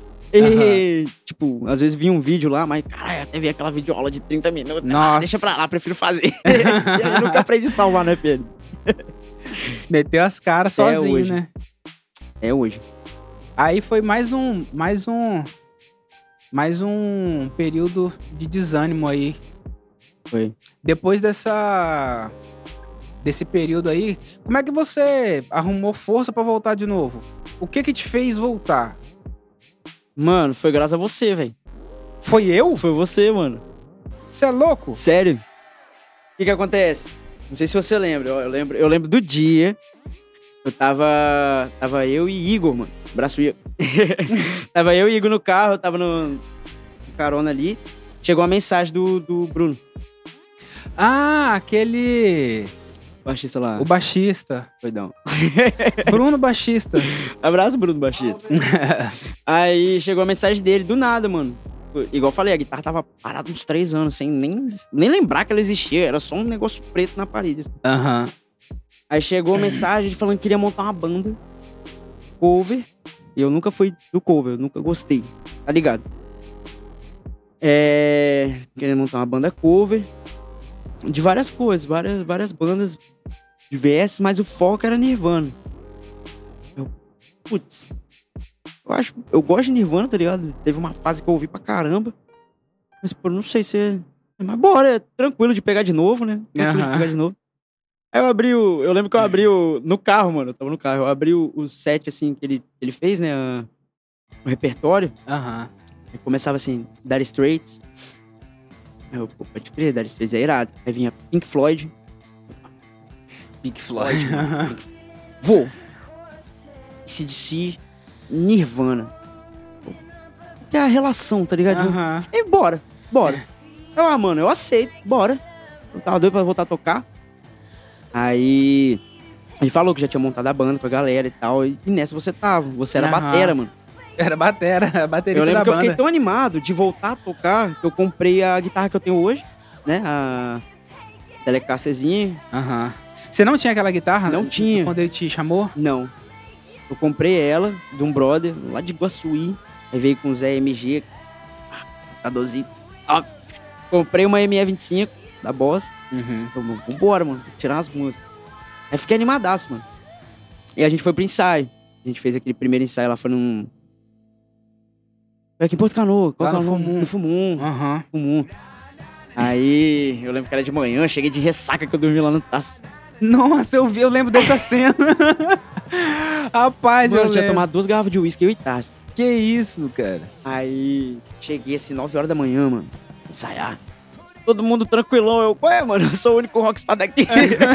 E, tipo, às vezes vinha um vídeo lá, mas, caralho, até vi aquela videoaula de trinta minutos. Ah, Nossa. deixa pra lá, prefiro fazer. E aí eu nunca aprendi a salvar, né, filho? Meteu as caras É sozinho, hoje. né? É hoje. Aí foi mais um, mais um, mais um período de desânimo aí. Foi. Depois dessa, desse período aí, como é que você arrumou força pra voltar de novo? O que que te fez voltar? Mano, foi graças a você, velho. Foi eu? Foi você, mano. Você é louco? Sério? O que que acontece? Não sei se você lembra. ó, Eu lembro, eu lembro do dia. Eu tava. Tava eu e Igor, mano. Braço Igor. Tava eu e Igor no carro, eu tava no, no carona ali. Chegou uma mensagem do, do Bruno, Ah, aquele... o baixista lá. O baixista. Foi não. Bruno Baixista. Abraço, Bruno, baixista. Aí chegou a mensagem dele do nada, mano. Igual eu falei, a guitarra tava parada uns três anos, sem nem, nem lembrar que ela existia. Era só um negócio preto na parede. Aham. Aí chegou a mensagem falando que queria montar uma banda cover. E eu nunca fui do cover, eu nunca gostei. Tá ligado? É... Queria montar uma banda cover de várias coisas, várias, várias bandas diversas, mas o foco era Nirvana. Eu, putz, eu acho, eu gosto de Nirvana, tá ligado? Teve uma fase que eu ouvi pra caramba. Mas, pô, não sei se é... Mas bora, é tranquilo de pegar de novo, né? Tranquilo Aham. de pegar de novo. Aí eu abri o... Eu lembro que eu abri o... No carro, mano, eu tava no carro. Eu abri o, o set, assim, que ele, ele fez, né? a- o repertório. Aham. Aí começava assim, Dire Straits. Aí eu, pô, pode crer, Dire Straits é irado. Aí vinha Pink Floyd. Pink Floyd. Vou. C D C, Nirvana. Pô, que é a relação, tá ligado? Aham. E bora, bora. Eu, ah, mano, eu aceito, bora. Eu tava doido pra voltar a tocar. Aí... Ele falou que já tinha montado a banda com a galera e tal. E nessa você tava. Você era Aham. batera, mano. Era batera, baterista Eu lembro da que eu banda. fiquei tão animado de voltar a tocar que eu comprei a guitarra que eu tenho hoje, né? A Telecasterzinha. Aham. Você não tinha aquela guitarra? Não né, tinha. Quando ele te chamou? Não. Eu comprei ela de um brother lá de Iguaçuí. Aí veio com o Zé M G. Computadorzinho. Ó. Comprei uma M E vinte e cinco da Boss. Uhum. Eu, mano, vambora, mano. Tirar as músicas. Aí fiquei animadaço, mano. E a gente foi pro ensaio. A gente fez aquele primeiro ensaio lá, foi num... Foi aqui em Porto Canoa. Qual Lá que é no o nome? Fumum. No Fumum. Aham. Fumum. Aí, eu lembro que era de manhã, cheguei de ressaca que eu dormi lá no... Nossa, Nossa, eu vi, eu lembro dessa cena. Rapaz, mano, eu eu tinha lembro. tomado duas garrafas de uísque, eu e Tassi. Que isso, cara? Aí, cheguei assim, nove horas da manhã, mano. Ensaiar. Todo mundo tranquilão. Eu, ué, mano, eu sou o único rockstar daqui.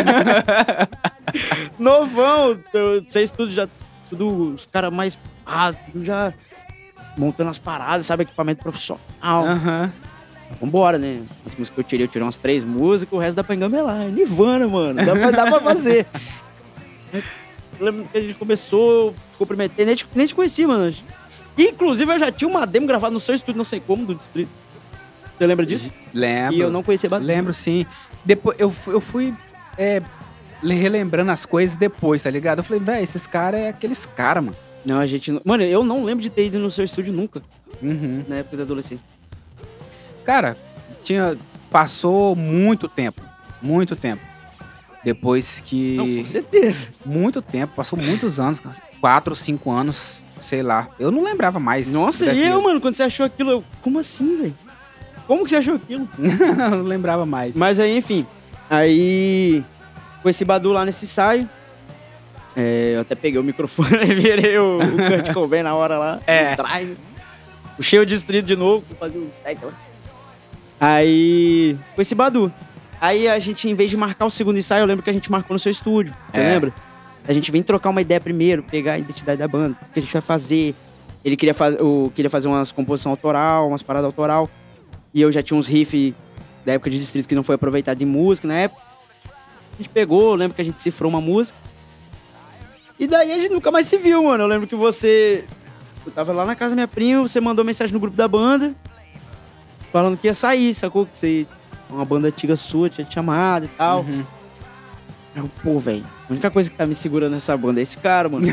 Novão. Eu, vocês tudo já... Tudo, os caras mais... Ah, tudo já... Montando as paradas, sabe? Equipamento profissional. Aham. Vambora, né? As músicas que eu tirei, eu tirei umas três músicas, o resto dá pra engamelar. É Nirvana, mano. Dá pra, dá pra fazer. Eu lembro que a gente começou, ficou prometendo, nem te, nem te conheci, mano. Inclusive, eu já tinha uma demo gravada no seu estúdio, não sei como, do Distrito. Você lembra disso? Lembro. E eu não conhecia bastante. Lembro, sim. Depois, eu, fu- eu fui é, le- relembrando as coisas depois, tá ligado? Eu falei, velho, esses caras é aqueles caras, mano. Não, a gente não... Mano, eu não lembro de ter ido no seu estúdio nunca, Uhum. na época da adolescência. Cara, tinha... Passou muito tempo. Muito tempo. Depois que... Não, com certeza. Muito tempo. Passou muitos anos. Quatro, cinco anos. Sei lá. Eu não lembrava mais. Nossa, e daquilo. eu, mano, quando você achou aquilo, eu... Como assim, velho? Como que você achou aquilo? Eu não lembrava mais. Mas aí, enfim. Aí, com esse Badu lá nesse ensaio, é, eu até peguei o microfone e virei o, o Kurt Cobain na hora lá. É. nos drive. Puxei o distrito de novo, pra fazer o tag lá. Aí, com esse Badu. Aí a gente, em vez de marcar o segundo ensaio, eu lembro que a gente marcou no seu estúdio. Você É. lembra? A gente vem trocar uma ideia primeiro, pegar a identidade da banda, o que a gente vai fazer. Ele queria, faz, o, queria fazer umas composições autoral, umas paradas autoral. E eu já tinha uns riffs da época de distrito que não foi aproveitado de música na época. A gente pegou, eu lembro que a gente cifrou uma música. E daí a gente nunca mais se viu, mano. Eu lembro que você... Eu tava lá na casa da minha prima, você mandou mensagem no grupo da banda, falando que ia sair, sacou? Que você... Uma banda antiga sua tinha te chamado e tal. Uhum. Eu, pô, velho, a única coisa que tá me segurando nessa banda é esse cara, mano.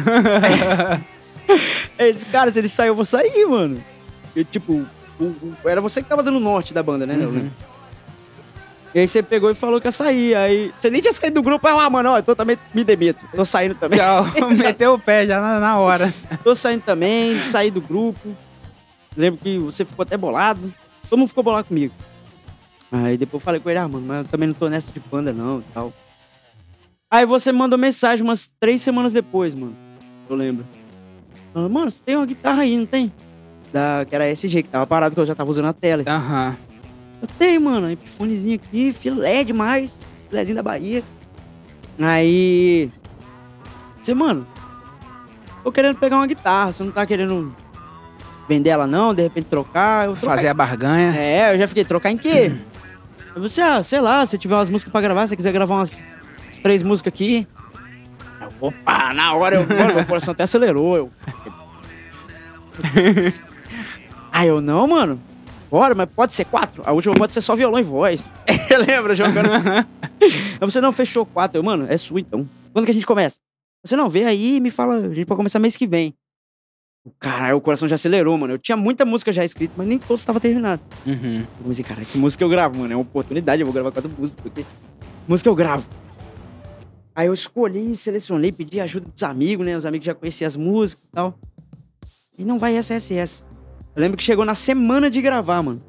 É esse cara, se ele sair, eu vou sair, mano. Eu, tipo, o- o- era você que tava dando norte da banda, né? Eu Uhum. lembro. E aí você pegou e falou que ia sair. Aí você nem tinha saído do grupo. Ah, mano, ó, eu tô também, me demito. Tô saindo também. Tchau. Meteu o pé já na, na hora. Tô saindo também, saí do grupo. Lembro que você ficou até bolado. Todo mundo ficou bolado comigo. Aí depois eu falei com ele, ah, mano, mas eu também não tô nessa de banda, não, e tal. Aí você me mandou mensagem umas três semanas depois, mano. Eu lembro. Falando, mano, você tem uma guitarra aí, não tem? Da, que era S G, que tava parado, que eu já tava usando a tela. Aham. Eu tenho, mano, um epifonezinho aqui, filé demais. Filézinho da Bahia. Aí... Você, mano, tô querendo pegar uma guitarra, você não tá querendo vender ela não, de repente trocar? Eu trocar Fazer a barganha. É, eu já fiquei, trocar em quê? Aí você, ah, sei lá, se tiver umas músicas pra gravar, se você quiser gravar umas, umas três músicas aqui. Eu, opa, na hora, eu, mano, meu coração até acelerou. Eu... Aí eu, não, mano, bora, mas pode ser quatro? A última pode ser só violão e voz. Lembra, jogando? Aí você, não, fechou quatro. Eu, mano, é sua então. Quando que a gente começa? Você, não, vê aí e me fala, a gente pode começar mês que vem. Caralho, o coração já acelerou, mano. Eu tinha muita música já escrita, mas nem todos estavam terminados. Uhum. Eu comecei, cara, que música eu gravo, mano? É uma oportunidade, eu vou gravar quatro músicas. Porque... Música eu gravo. Aí eu escolhi, selecionei, pedi ajuda dos amigos, né? Os amigos já conheciam as músicas e tal. E não vai essa, essa e essa. Eu lembro que chegou na semana de gravar, mano.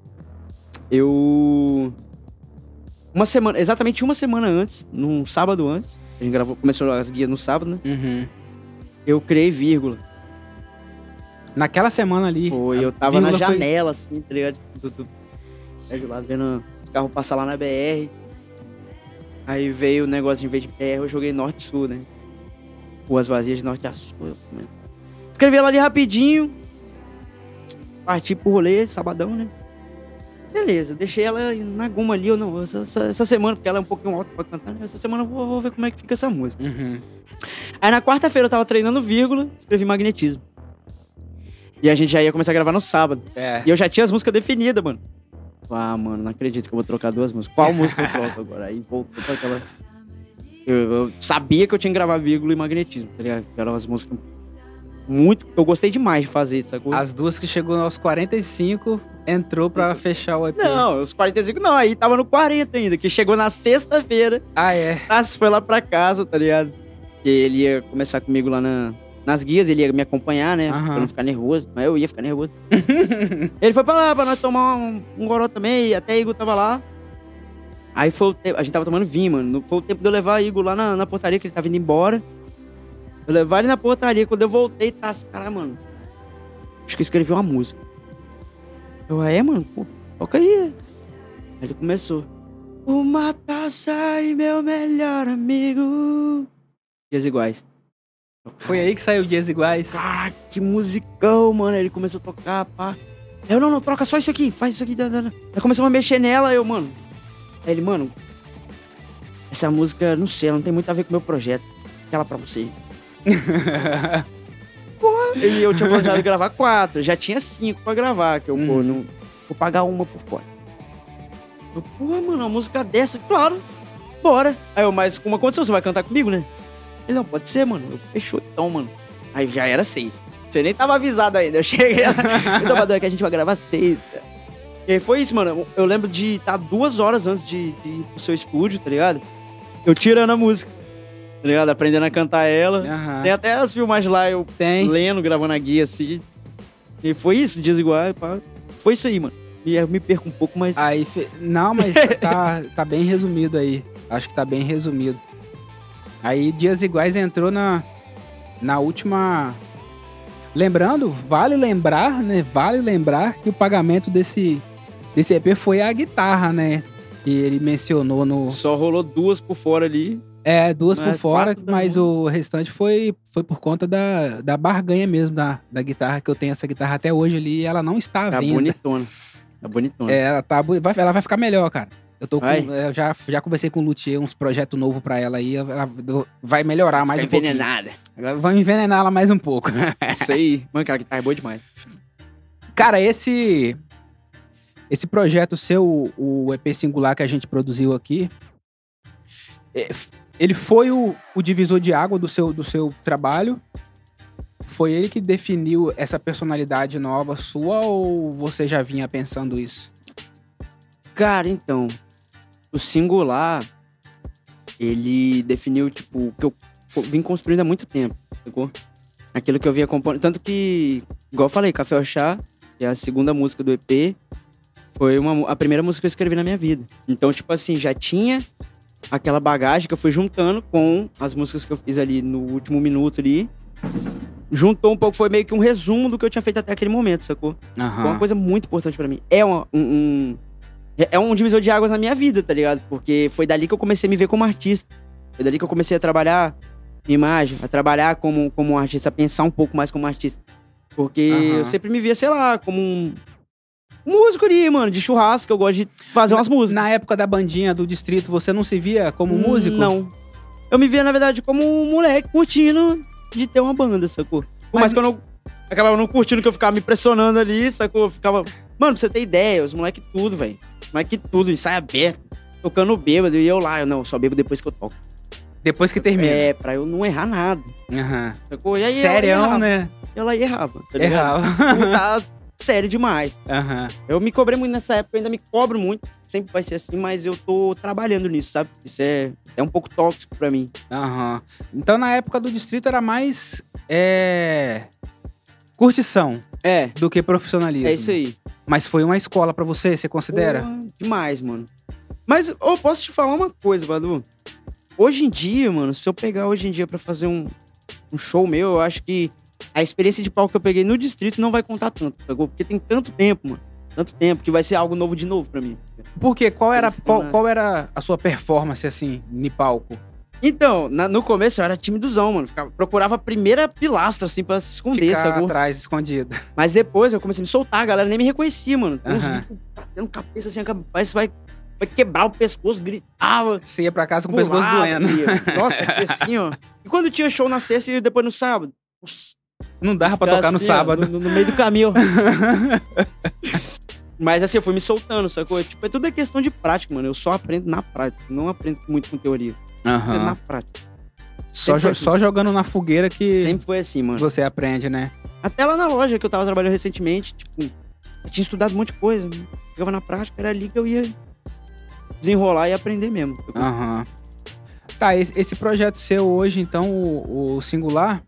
Eu... Uma semana, exatamente uma semana antes, num sábado antes, a gente gravou, começou as guias no sábado, né? Uhum. Eu criei vírgula. Naquela semana ali. Foi, a eu tava na vírgula foi- janela, assim, tá ligado? Do, do, do, lá, vendo os carros passar lá na B R. Aí veio o negócio, em vez de B R, eu joguei norte-sul, né? Ruas vazias de norte a sul. Eu, né? Escrevi ela ali rapidinho. Parti pro rolê, sabadão, né? Beleza, deixei ela na goma ali, ou não, essa, essa, essa semana, porque ela é um pouquinho alta pra cantar, né? Essa semana eu vou, vou ver como é que fica essa música. Uhum. Aí na quarta-feira eu tava treinando vírgula, escrevi magnetismo. E a gente já ia começar a gravar no sábado. É. E eu já tinha as músicas definidas, mano. Ah, mano, não acredito que eu vou trocar duas músicas. Qual música eu troco agora? Aí voltou pra aquela... Eu, eu sabia que eu tinha que gravar vírgula e magnetismo, tá ligado? Eram umas músicas muito... Eu gostei demais de fazer, sacou? As duas que chegou aos quarenta e cinco, entrou pra fechar o E P. Não, os quarenta e cinco não, aí tava no quarenta ainda, que chegou na sexta-feira. Ah, é? Nossa, foi lá pra casa, tá ligado? Que ele ia começar comigo lá na, nas guias, ele ia me acompanhar, né? Aham. Pra não ficar nervoso, mas eu ia ficar nervoso. Ele foi pra lá pra nós tomar um, um goró também, e até Igor tava lá. Aí foi o tempo, a gente tava tomando vinho, mano. Foi o tempo de eu levar Igor lá na, na portaria, que ele tava indo embora. Eu levar ele na portaria, quando eu voltei, tá, cara, mano. Acho que eu escrevi uma música. Eu, ah, é, mano? Pô, toca aí. Aí ele começou. Uma taça e meu melhor amigo. Dias iguais. Foi aí que saiu Dias Iguais. Caraca, que musicão, mano. Aí ele começou a tocar, pá. Eu, não, não, troca só isso aqui, faz isso aqui. Aí começamos a mexer nela, eu, mano. Aí ele, mano, essa música, não sei, ela não tem muito a ver com o meu projeto. Aquela pra você. Porra. E eu tinha planejado gravar quatro, já tinha cinco pra gravar, que eu, Hum. pô, não, vou pagar uma por fora. Eu, porra, mano, uma música dessa, claro, bora. Aí eu, mas com uma condição, você vai cantar comigo, né? Ele, não, pode ser, mano. Eu, fechou então, mano. Aí já era seis. Você nem tava avisado ainda, eu cheguei lá. Então, Badu, é que a gente vai gravar seis, cara. E aí foi isso, mano. Eu lembro de estar duas horas antes de, de ir pro seu estúdio, tá ligado? Eu tirando a música, tá ligado? Aprendendo a cantar ela. Aham. Tem até as filmagens lá, eu Tem. lendo, gravando a guia, assim. E foi isso, dias iguais, pá. Foi isso aí, mano. E eu me perco um pouco, mas... Aí, fe... Não, mas tá, tá bem resumido aí. Acho que tá bem resumido. Aí, Dias Iguais entrou na, na última... Lembrando, vale lembrar, né? Vale lembrar que o pagamento desse, desse E P foi a guitarra, né? Que ele mencionou no... Só rolou duas por fora ali. É, duas Mas por fora, quatro da mas música. o restante foi, foi por conta da, da barganha mesmo, da, da guitarra, que eu tenho essa guitarra até hoje ali, e ela não está à Tá venda. bonitona. Tá bonitona. É, ela, tá, bu- vai, ela vai ficar melhor, cara. Eu tô com, Vai? eu já, já conversei com o Luthier, uns projetos novos pra ela aí, ela do- vai melhorar mais Tá um pouquinho. envenenada. Vamos envenenar ela mais um pouco. Isso aí. Mano, cara, a guitarra é boa demais. Cara, esse esse projeto seu, o E P Singular que a gente produziu aqui, é, f- ele foi o, o divisor de água do seu, do seu trabalho? Foi ele que definiu essa personalidade nova sua ou você já vinha pensando isso? Cara, então, o Singular, ele definiu, tipo, o que eu co- vim construindo há muito tempo, sacou? Aquilo que eu vinha compondo. Tanto que, igual eu falei, Café ao Chá, que é a segunda música do E P, foi uma, mu- a primeira música que eu escrevi na minha vida. Então, tipo assim, já tinha aquela bagagem que eu fui juntando com as músicas que eu fiz ali no último minuto ali. Juntou um pouco, foi meio que um resumo do que eu tinha feito até aquele momento, sacou? Foi uma Aham. coisa muito importante pra mim. É uma- um, um- é um divisor de águas na minha vida, tá ligado? Porque foi dali que eu comecei a me ver como artista. Foi dali que eu comecei a trabalhar imagem, a trabalhar como, como um artista, a pensar um pouco mais como artista. Porque Aham. eu sempre me via, sei lá, como um um músico ali, mano, de churrasco, que eu gosto de fazer umas músicas. Na época da bandinha do distrito, você não se via como músico? Não. Eu me via, na verdade, como um moleque curtindo de ter uma banda, sacou? Por mais Mas- que eu não... Acabava não curtindo, que eu ficava me pressionando ali, sacou? Eu ficava... Mano, pra você ter ideia, os moleques tudo, velho. Os moleques tudo, ensaio aberto, tocando bêbado, e eu lá, eu não, eu só bebo depois que eu toco. Depois que termina. É, pra eu não errar nada, Aham. sacou? E aí ela Serião, errava. né? Ela errava, tá ligado? Errava. Tipo, tá sério demais. Aham. Eu me cobrei muito nessa época, eu ainda me cobro muito. Sempre vai ser assim, mas eu tô trabalhando nisso, sabe? Isso é, é um pouco tóxico pra mim. Aham. Então, na época do distrito, era mais... É... curtição É, do que profissionalismo. é isso aí. Mas foi uma escola pra você, você considera? Porra, demais, mano. Mas eu posso te falar uma coisa, Badu. Hoje em dia, mano, se eu pegar hoje em dia pra fazer um, um show meu, eu acho que a experiência de palco que eu peguei no distrito não vai contar tanto, sacou? Porque tem tanto tempo, mano. Tanto tempo que vai ser algo novo de novo pra mim. Por quê? Qual era, Não qual, nada. qual era a sua performance, assim, no palco? Então, na- no começo eu era timidozão, mano. Ficava, procurava a primeira pilastra, assim, pra se esconder, Ficar sacou? atrás, escondido. Mas depois eu comecei a me soltar, a galera nem me reconhecia, mano. Uns Aham. vídeos batendo cabeça assim, parece que vai, vai quebrar o pescoço, gritava. Você ia pra casa com o pescoço pulava, doendo. filho. Nossa, aqui assim, ó. E quando tinha show na sexta e depois no sábado? Nossa, Não dava pra era tocar no assim, ó, sábado. no, no meio do caminho. Mas assim, eu fui me soltando, sacou? Tipo, é tudo é questão de prática, mano. Eu só aprendo na prática. Não aprendo muito com teoria. Aham. É na prática. Só, Sempre jo- foi assim. só jogando na fogueira que Sempre foi assim, mano. você aprende, né? Até lá na loja que eu tava trabalhando recentemente, tipo, eu tinha estudado um monte de coisa. Chegava na prática, era ali que eu ia desenrolar e aprender mesmo. Aham. Tá, esse, esse projeto seu hoje, então, o, o Singular,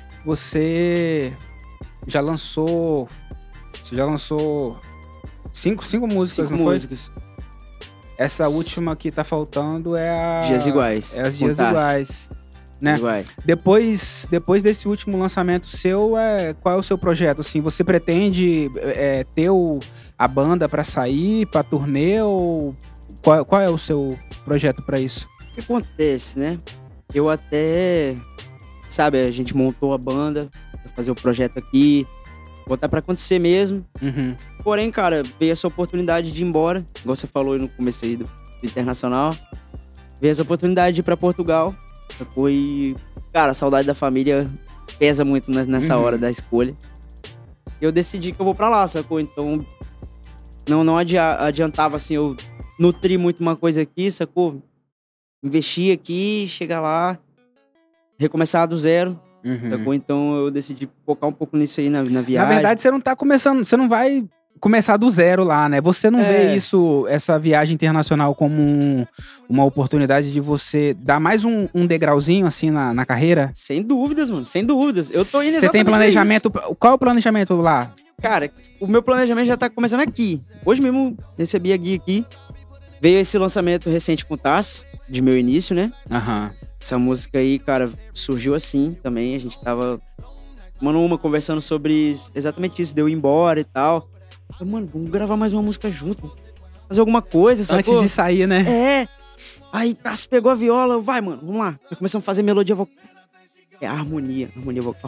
você já lançou. Você já lançou cinco, cinco músicas, Cinco não músicas. foi? Essa última que tá faltando é a. Dias Iguais. É as Dias Contasse. Iguais. Né? Iguais. Depois, depois desse último lançamento seu, é, qual é o seu projeto? Assim, você pretende é, ter o, a banda pra sair, pra turnê, ou qual, qual é o seu projeto pra isso? O que acontece, né? Eu até... Sabe, a gente montou a banda pra fazer o projeto aqui, botar pra acontecer mesmo. Uhum. Porém, cara, veio essa oportunidade de ir embora, igual você falou aí no começo aí do, do Internacional. Veio essa oportunidade de ir pra Portugal. Foi, cara, a saudade da família pesa muito ne- nessa Uhum. hora da escolha. Eu decidi que eu vou pra lá, sacou? Então, não, não adia- adiantava, assim, eu nutrir muito uma coisa aqui, sacou? Investir aqui, chegar lá, recomeçar do zero, Uhum. sacou? Então, eu decidi focar um pouco nisso aí na, na viagem. Na verdade, você não tá começando, você não vai começar do zero lá, né? Você não É. vê isso, essa viagem internacional como um- uma oportunidade de você dar mais um, um degrauzinho, assim, na, na carreira? Sem dúvidas, mano, sem dúvidas. Eu tô indo Você tem exatamente planejamento, qual é o planejamento lá? Cara, o meu planejamento já tá começando aqui. Hoje mesmo recebi a guia aqui. Veio esse lançamento recente com o Tass, de meu início, né? Aham. Essa música aí, cara, surgiu assim também. A gente tava tomando uma, conversando sobre exatamente isso, de eu ir embora e tal. Falei, mano, vamos gravar mais uma música junto. Fazer alguma coisa, sacou? Antes de sair, né? É. Aí Tass pegou a viola, eu, vai, mano, vamos lá. Aí começamos a fazer melodia vocal. É harmonia, harmonia vocal.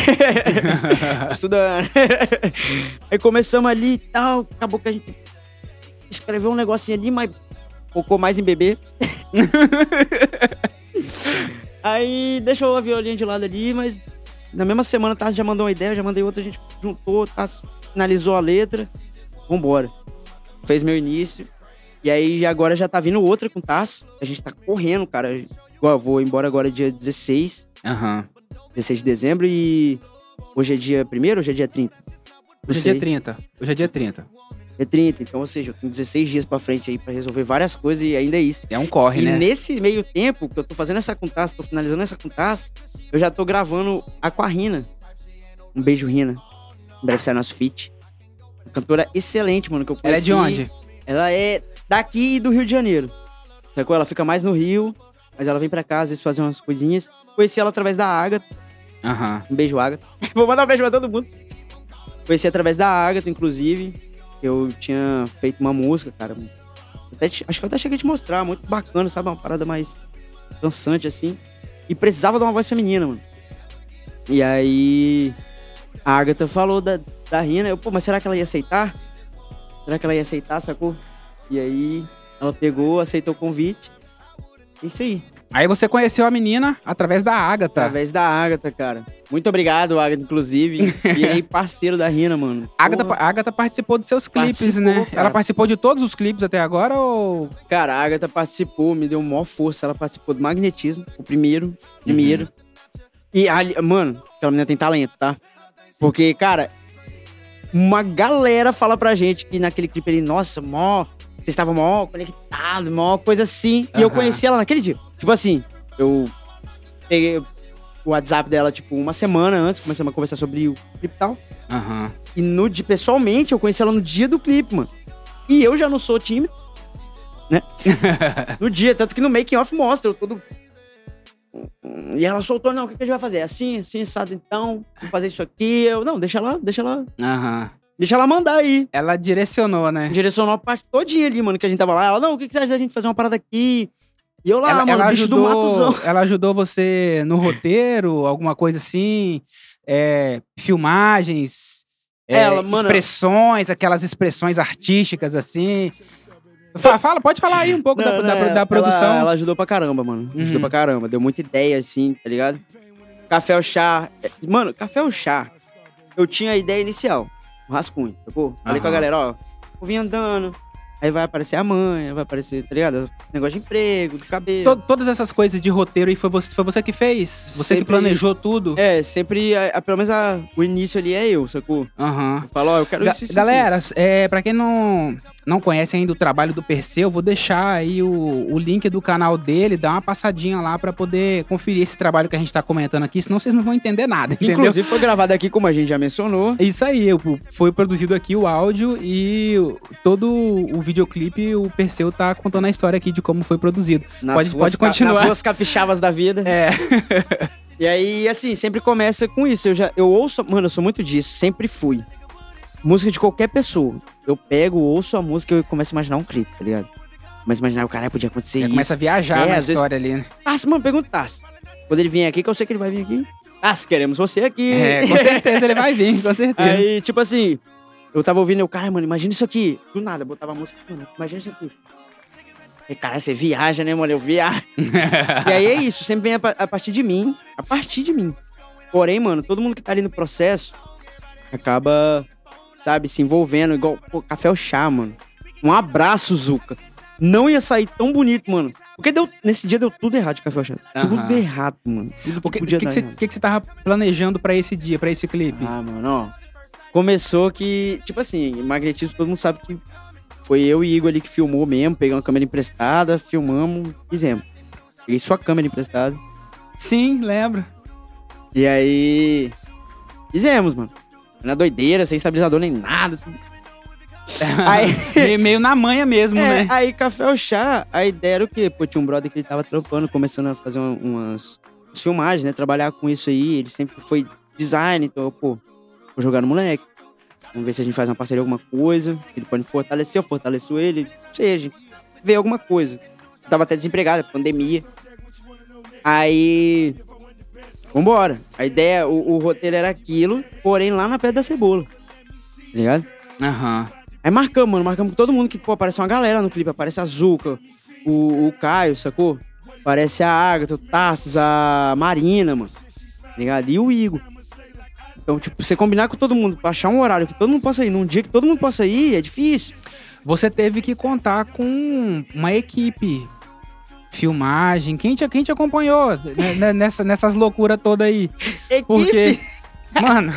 Estudando. Aí começamos ali e tal. Acabou que a gente escreveu um negocinho ali, mas focou mais em beber. Aí deixou a violinha de lado ali, mas na mesma semana Tassi já mandou uma ideia, já mandei outra, a gente juntou, Tassi finalizou a letra. Vambora. Fez meu início. E aí agora já tá vindo outra com Tassi. A gente tá correndo, cara. Igual eu vou embora agora dia dezesseis. Aham. dezesseis de dezembro e hoje é dia primeiro ou hoje é dia trinta? Não Hoje é sei. dia trinta. Hoje é dia trinta. É trinta, então, ou seja, eu tenho dezesseis dias pra frente aí pra resolver várias coisas e ainda é isso. É um corre, E né? nesse meio tempo que eu tô fazendo essa contasse, tô finalizando essa contasse, eu já tô gravando a com a Rina. Um beijo, Rina. Em breve sai nosso feat. Uma cantora excelente, mano, que eu Ela é conheci. de onde? Ela é daqui e do Rio de Janeiro. Sacou? Ela fica mais no Rio, mas ela vem pra cá, às vezes, fazer umas coisinhas. Conheci ela através da Agatha. Aham. Um beijo, Agatha. Vou mandar um beijo pra todo mundo. Conheci através da Agatha, inclusive. Eu tinha feito uma música, cara. Até te- acho que eu até cheguei a te mostrar. Muito bacana, sabe? Uma parada mais dançante, assim. E precisava de uma voz feminina, mano. E aí... A Agatha falou da, da Rina. Eu, pô, mas será que ela ia aceitar? Será que ela ia aceitar, sacou? E aí... Ela pegou, aceitou o convite. É isso aí. Aí você conheceu a menina através da Agatha. Através da Agatha, cara. Muito obrigado, Agatha, inclusive. Virei parceiro da Rina, mano. A Agatha, Porra. a Agatha participou dos seus clipes, Participou, né? cara. Ela participou de todos os clipes até agora ou... Cara, a Agatha participou, me deu maior força. Ela participou do Magnetismo, o primeiro. Primeiro. E, ali, mano, aquela menina tem talento, tá? Porque, cara, uma galera fala pra gente que naquele clipe ali, nossa, mó... Vocês estavam mó conectados, mó coisa assim. E eu Aham. conheci ela naquele dia. Tipo assim, eu peguei o WhatsApp dela, tipo, uma semana antes, começamos a conversar sobre o clipe e tal. Aham. E no dia, pessoalmente, eu conheci ela no dia do clipe, mano. E eu já não sou tímido, né? No dia, tanto que no making off mostra, eu todo... E ela soltou, não, o que que a gente vai fazer? Assim, assim, assado, então, vou fazer isso aqui. Eu, não, deixa ela, deixa ela, Aham. deixa ela mandar aí. Ela direcionou, né? Direcionou a parte todinha ali, mano, que a gente tava lá. Ela, não, o que que você acha da gente fazer uma parada aqui? E eu lá, ela, mano, ela bicho do ajudou, matozão. ela ajudou você no roteiro, alguma coisa assim? É, filmagens, é, Ela, mano- expressões, aquelas expressões artísticas assim. Fa- Fala, pode falar aí um pouco da, Não, da, né, da produção. Ela, ela ajudou pra caramba, mano. Ajudou Uhum. pra caramba. Deu muita ideia, assim, tá ligado? Café ou chá. é, Mano, café ou chá. Eu tinha a ideia inicial. O rascunho, sacou? Falei com a Aham. galera, ó. Eu vim andando. Aí vai aparecer a mãe, vai aparecer, tá ligado? Negócio de emprego, do cabelo. To- todas essas coisas de roteiro aí foi você, foi você que fez? Você que Sempre- planejou tudo? É, sempre, a- a- pelo menos a- o início ali é eu, sacou? Aham. Eu falo, ó, eu quero Ga- isso, isso, Galera, isso. é, pra quem não, não conhece ainda o trabalho do Perseu, eu vou deixar aí o, o link do canal dele, dá uma passadinha lá pra poder conferir esse trabalho que a gente tá comentando aqui, senão vocês não vão entender nada, entendeu? Inclusive foi gravado aqui, como a gente já mencionou. Isso aí, eu- foi produzido aqui o áudio e todo o videoclipe, o Perseu tá contando a história aqui de como foi produzido. Nas Pode- ruas pode ca- continuar. Nas ruas capixabas da vida. É. E aí, assim, sempre começa com isso. Eu já, eu ouço, mano, eu sou muito disso, sempre fui. Música de qualquer pessoa. Eu pego, ouço a música e eu começo a imaginar um clipe, tá ligado? Começo a imaginar, o cara podia acontecer Aí isso. começa a viajar É, na às vezes- história ali, né? Tassi, mano, pergunta Tassi. Quando ele vier aqui, que eu sei que ele vai vir aqui. Tassi, queremos você aqui. É, com certeza ele vai vir, com certeza. Aí, tipo assim, eu tava ouvindo, eu, cara, mano, imagina isso aqui. Do nada, eu botava a música, mano, imagina isso aqui. E, cara, você viaja, né, mano? Eu viajo. E aí é isso, sempre vem a, pa- a partir de mim, a partir de mim. Porém, mano, todo mundo que tá ali no processo acaba, sabe, se envolvendo, igual, pô, café ou chá, mano. Um abraço, Zuca. Não ia sair tão bonito, mano. Porque deu, nesse dia deu tudo errado de café ou chá. Aham. Tudo errado, mano. Tudo O que, podia que, que, dar você, errado. que, que você tava planejando pra esse dia, pra esse clipe? Ah, mano, ó. Começou que, tipo assim, magnetismo, todo mundo sabe que foi eu e Igor ali que filmou mesmo, pegamos uma câmera emprestada, filmamos, fizemos. Peguei sua câmera emprestada. Sim, lembro. E aí. Fizemos, mano. Na doideira, sem estabilizador nem nada. tudo. Aí, Me- Meio na manha mesmo, é, né? aí, café ou chá, a ideia era o quê? Pô, tinha um brother que ele tava trampando, começando a fazer uma- umas, umas filmagens, né? Trabalhar com isso aí. Ele sempre foi design, então, eu, pô, vou jogar no moleque. Vamos ver se a gente faz uma parceria, alguma coisa. Que ele pode fortalecer, eu fortaleço ele. Não sei, a gente vê alguma coisa. Eu tava até desempregado, pandemia. Aí. Vambora. A ideia, o, o roteiro era aquilo, porém lá na Pedra da Cebola. Tá ligado? Aham. Aí marcamos, mano. Marcamos com todo mundo que, pô, aparece uma galera no clipe. Aparece a Zuca, o, o Caio, sacou? Aparece a Agatha, o Tassos, a Marina, mano. Tá ligado? E o Igor. Então, tipo, você combinar com todo mundo, pra achar um horário que todo mundo possa ir, num dia que todo mundo possa ir, é difícil. Você teve que contar com uma equipe. Filmagem. Quem te, quem te acompanhou né, né, nessa, nessas loucuras todas aí? Porque, mano,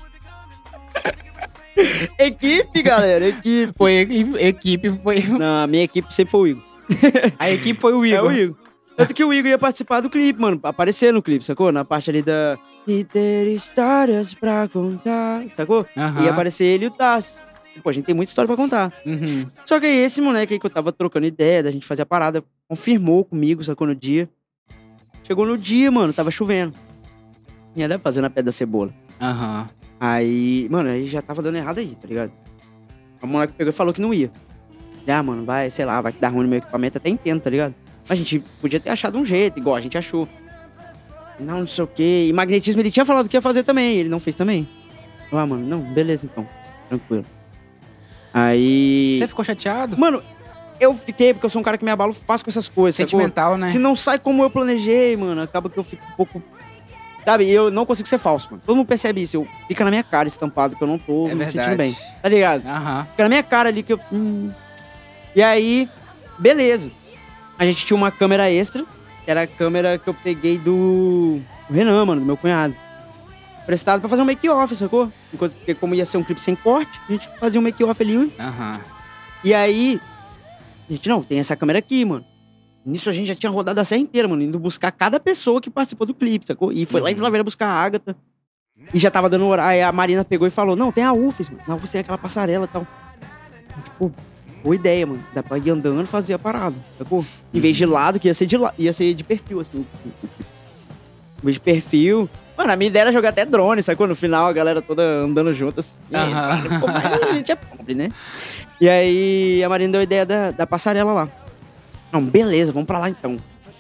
Equipe, galera, equipe. foi equipe, equipe foi, Não, a minha equipe sempre foi o Igor. a equipe foi o É Igor. o Igor. Tanto que o Igor ia participar do clipe, mano. Aparecer no clipe, sacou? Na parte ali da... E ter histórias pra contar, sacou? Aham. Ia aparecer ele e o Tassi. Pô, a gente tem muita história pra contar. Uhum. Só que aí esse moleque aí que eu tava trocando ideia, da gente fazer a parada, confirmou comigo, sacou, no dia. Chegou no dia, mano, tava chovendo. E era fazendo a pedra da cebola. Aham. Aí, mano, aí já tava dando errado aí, tá ligado? O moleque pegou e falou que não ia. Ah, mano, vai, sei lá, vai dar ruim no meu equipamento, até entendo, tá ligado? Mas a gente podia ter achado um jeito, igual a gente achou. Não, não sei o quê. E magnetismo ele tinha falado que ia fazer também, ele não fez também. Ah, mano, não, beleza então, tranquilo. Aí... Você ficou chateado? Mano, eu fiquei, porque eu sou um cara que me abalo fácil com essas coisas, sacou? Sentimental, né? Se não sai como eu planejei, mano, acaba que eu fico um pouco... Sabe, eu não consigo ser falso, mano. Todo mundo percebe isso. Eu, fica na minha cara estampado que eu não tô É me verdade. sentindo bem. Tá ligado? Aham. Fica na minha cara ali que eu... hum. E aí, beleza. A gente tinha uma câmera extra, que era a câmera que eu peguei do, do Renan, mano, do meu cunhado. Prestado pra fazer um make-off, sacou? Enquanto, porque como ia ser um clipe sem corte, a gente fazia um make-off ali. Aham. E aí, a gente, não, tem essa câmera aqui, mano. Nisso a gente já tinha rodado a serra inteira, mano, indo buscar cada pessoa que participou do clipe, sacou? E foi lá em Vila Velha buscar a Agatha. E já tava dando horário. Aí a Marina pegou e falou, não, tem a U F E S, mano. Na U F E S tem aquela passarela e tal. Tipo, boa ideia, mano. Dá pra ir andando e fazer a parada, sacou? Em vez de lado, que ia ser de, la... ia ser de perfil, assim. Em vez de perfil... Mano, a minha ideia era jogar até drone, sacou? No final, a galera toda andando junto, assim. Aham. Pô, mas a gente é pobre, né? E aí, a Marina deu a ideia da, da passarela lá. Não, beleza, vamos pra lá então.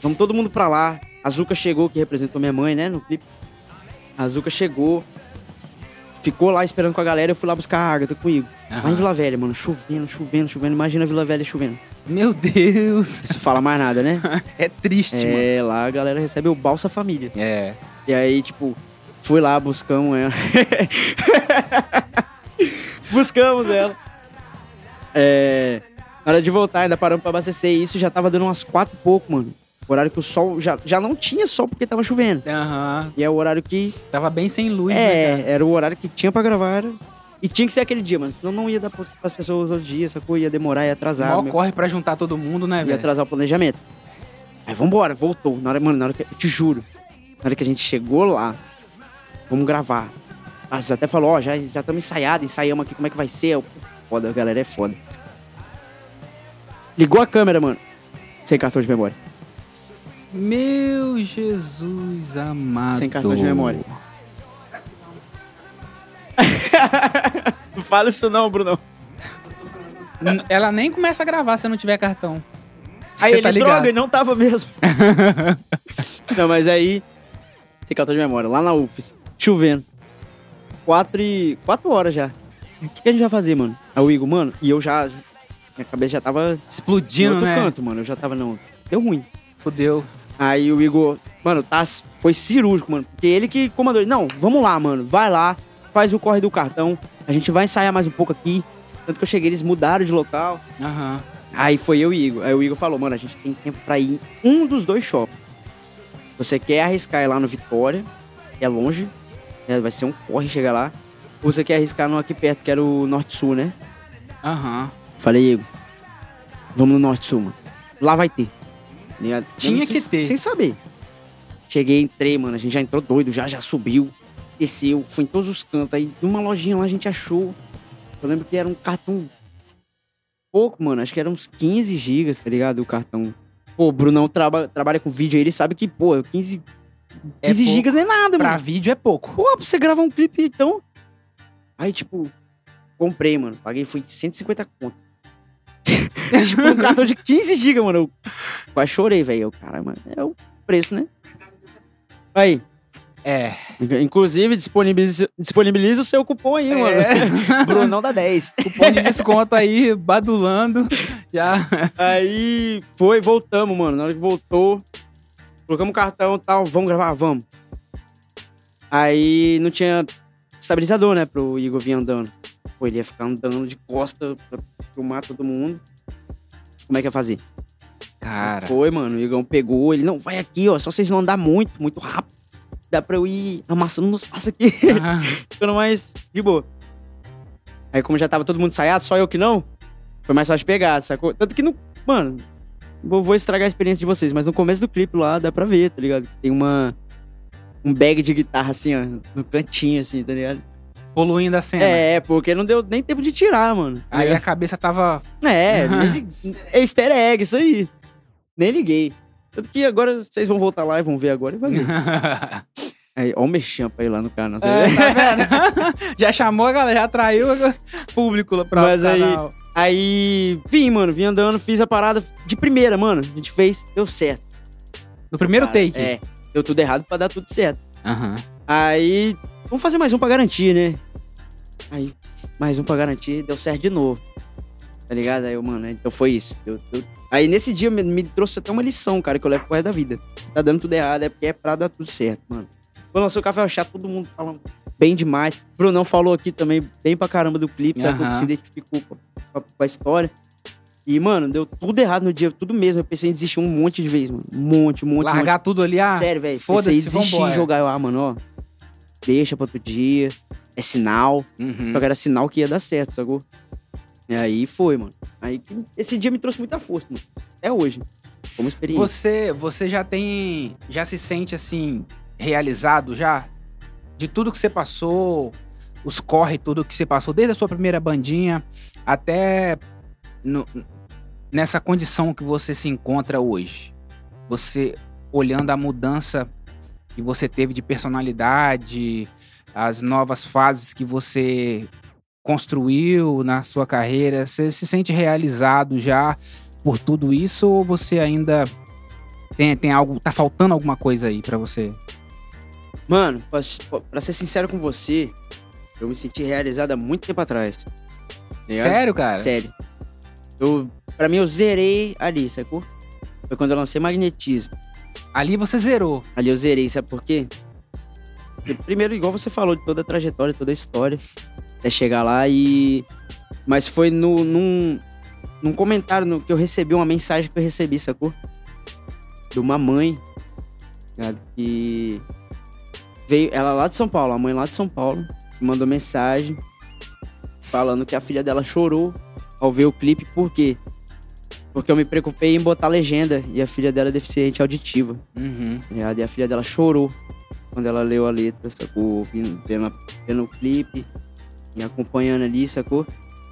vamos todo mundo pra lá. A Zuka chegou, que representou minha mãe, né, no clipe. A Zuka chegou, ficou lá esperando com a galera, eu fui lá buscar a Agatha comigo. Uhum. Lá em Vila Velha, mano, chovendo, chovendo, chovendo. Imagina a Vila Velha chovendo. Meu Deus! Não se fala mais nada, né? É triste, é, mano. É, lá a galera recebe o Balsa Família. É. E aí, tipo, fui lá, buscamos ela. buscamos ela. É... Na hora de voltar, ainda paramos pra abastecer. E isso já tava dando umas quatro e pouco, mano. O horário que o sol... Já, já não tinha sol porque tava chovendo. Aham. Uhum. E é o horário que... Tava bem sem luz, é, né, cara? era o horário que tinha pra gravar. Era... E tinha que ser aquele dia, mano. Senão não ia dar pras pessoas outros dias, sacou? Ia demorar, ia atrasar. Mal meu... corre pra juntar todo mundo, né, velho? Ia atrasar o planejamento. Aí vambora, voltou. Na hora, mano, na hora que... Eu te juro. Na hora que a gente chegou lá, vamos gravar. Ah, você até falou, ó, já estamos ensaiados, ensaiamos aqui como é que vai ser. Eu, foda, a galera é foda. Ligou a câmera, mano. Sem cartão de memória. Meu Jesus amado. Sem cartão de memória. Não fala isso não, Bruno. Ela nem começa a gravar se não tiver cartão. Aí Você ele, tá ligado? droga, não tava mesmo. Não, mas aí... Sem cartão de memória, lá na U F S. Chovendo. Quatro e... Quatro horas já. O que, que a gente vai fazer, mano? Aí o Igor, mano, e eu já... Minha cabeça já tava... Explodindo, outro né? canto, mano. Eu já tava, não... Deu ruim. Fudeu. Aí o Igor... Mano, tá... Foi cirúrgico, mano. Porque ele que comandou. Ele, não, vamos lá, mano. Vai lá. Faz o corre do cartão. A gente vai ensaiar mais um pouco aqui. Tanto que eu cheguei, eles mudaram de local. Aham. Uhum. Aí foi eu e o Igor. Aí o Igor falou, mano, a gente tem tempo pra ir em um dos dois shoppings. Você quer arriscar ir lá no Vitória, que é longe, né? Vai ser um corre chegar lá. Ou você quer arriscar no aqui perto, que era o Norte-Sul, né? Aham. Uhum. Falei, Igor, vamos no Norte-Sul, mano. Lá vai ter. Tinha que sem, ter. Sem saber. Cheguei, entrei, mano. A gente já entrou doido, já, já subiu. Desceu, foi em todos os cantos. Aí, numa lojinha lá, a gente achou. Eu lembro que era um cartão... Pouco, mano. Acho que era uns quinze gigas, tá ligado? O cartão. Pô, o Brunão traba, trabalha com vídeo aí, ele sabe que, pô, quinze, quinze gigas não é nada, pra mano. Pra vídeo é pouco. Pô, pra você gravar um clipe, então... Aí, tipo, comprei, mano. Paguei, foi cento e cinquenta conto. Tipo, um cartão de quinze gigas, mano. Eu quase chorei, velho. Cara, mano, é o preço, né? Aí. É. Inclusive, disponibiliza, disponibiliza o seu cupom aí, é. mano. Brunão dá dez. Cupom de desconto aí, badulando. Já. Aí, foi, voltamos, mano. Na hora que voltou, colocamos o cartão e tal. Vamos gravar? Vamos. Aí, não tinha estabilizador, né, pro Igor vir andando. Pô, ele ia ficar andando de costa pra filmar todo mundo. Como é que ia fazer? Cara. Foi, mano. O Igão pegou. Ele, não, vai aqui, ó. Só vocês não andar muito, muito rápido. Dá pra eu ir amassando nos passos aqui. Ah. Ficando mais de boa. Aí, como já tava todo mundo ensaiado, só eu que não, foi mais fácil de pegar, sacou? Tanto que no... Mano, vou, vou estragar a experiência de vocês, mas no começo do clipe lá, dá pra ver, tá ligado? Tem uma... Um bag de guitarra, assim, ó, no cantinho, assim, tá ligado? Poluindo a cena. É, porque não deu nem tempo de tirar, mano. Aí a cabeça tava... É, nem... é easter egg, isso aí. Nem liguei. Tanto que agora vocês vão voltar lá e vão ver agora e vai ver. Aí, ó o mexão pra ir lá no canal. É, tá vendo? Já chamou a galera, já atraiu o público pra Mas o canal. Aí, aí, vim, mano, vim andando, fiz a parada de primeira, mano. A gente fez, deu certo. No primeiro Cara, take? É, deu tudo errado pra dar tudo certo. Aham. Uhum. Aí, vamos fazer mais um pra garantir, né? Aí, mais um pra garantir, deu certo de novo. Tá ligado? Aí eu, mano, então foi isso. Eu, eu... Aí nesse dia me, me trouxe até uma lição, cara, que eu levo pro resto da vida. Tá dando tudo errado, é porque é pra dar tudo certo, mano. Quando lançou o Café ao Chá, todo mundo falando bem demais. O Brunão falou aqui também bem pra caramba do clipe, uhum. Sabe? Se identificou com a, com a história. E, mano, deu tudo errado no dia, tudo mesmo. Eu pensei em desistir um monte de vezes, mano. Um monte, um monte. Largar um monte. tudo ali, ah, sério, velho. Foda-se, desistir e jogar. Eu, ah, mano, ó. Deixa pra outro dia. É sinal. Uhum. Só que era sinal que ia dar certo, sacou? E aí foi, mano. Aí esse dia me trouxe muita força, mano. Até hoje. Como experiência. Você, você já tem... Já se sente, assim, realizado já? De tudo que você passou, os corre, tudo que você passou, desde a sua primeira bandinha até no, nessa condição que você se encontra hoje. Você, olhando a mudança que você teve de personalidade, as novas fases que você construiu na sua carreira, você se sente realizado já por tudo isso ou você ainda Tem, tem algo, tá faltando alguma coisa aí pra você? Mano, pra, pra ser sincero com você, eu me senti realizado há muito tempo atrás. Tá ligado? Sério, cara? Sério. Eu, pra mim, eu zerei ali, sacou? Foi quando eu lancei Magnetismo. Ali você zerou. Ali eu zerei, sabe por quê? Porque, primeiro, igual você falou, de toda a trajetória, toda a história, até chegar lá e... Mas foi no, num, num comentário no, que eu recebi, uma mensagem que eu recebi, sacou? De uma mãe, ligado? Que veio, ela lá de São Paulo, a mãe lá de São Paulo, me mandou mensagem falando que a filha dela chorou ao ver o clipe, por quê? Porque eu me preocupei em botar legenda e a filha dela é deficiente auditiva. Uhum. Ligado? E a filha dela chorou quando ela leu a letra, sacou? Vendo, vendo, vendo o clipe e acompanhando ali, sacou?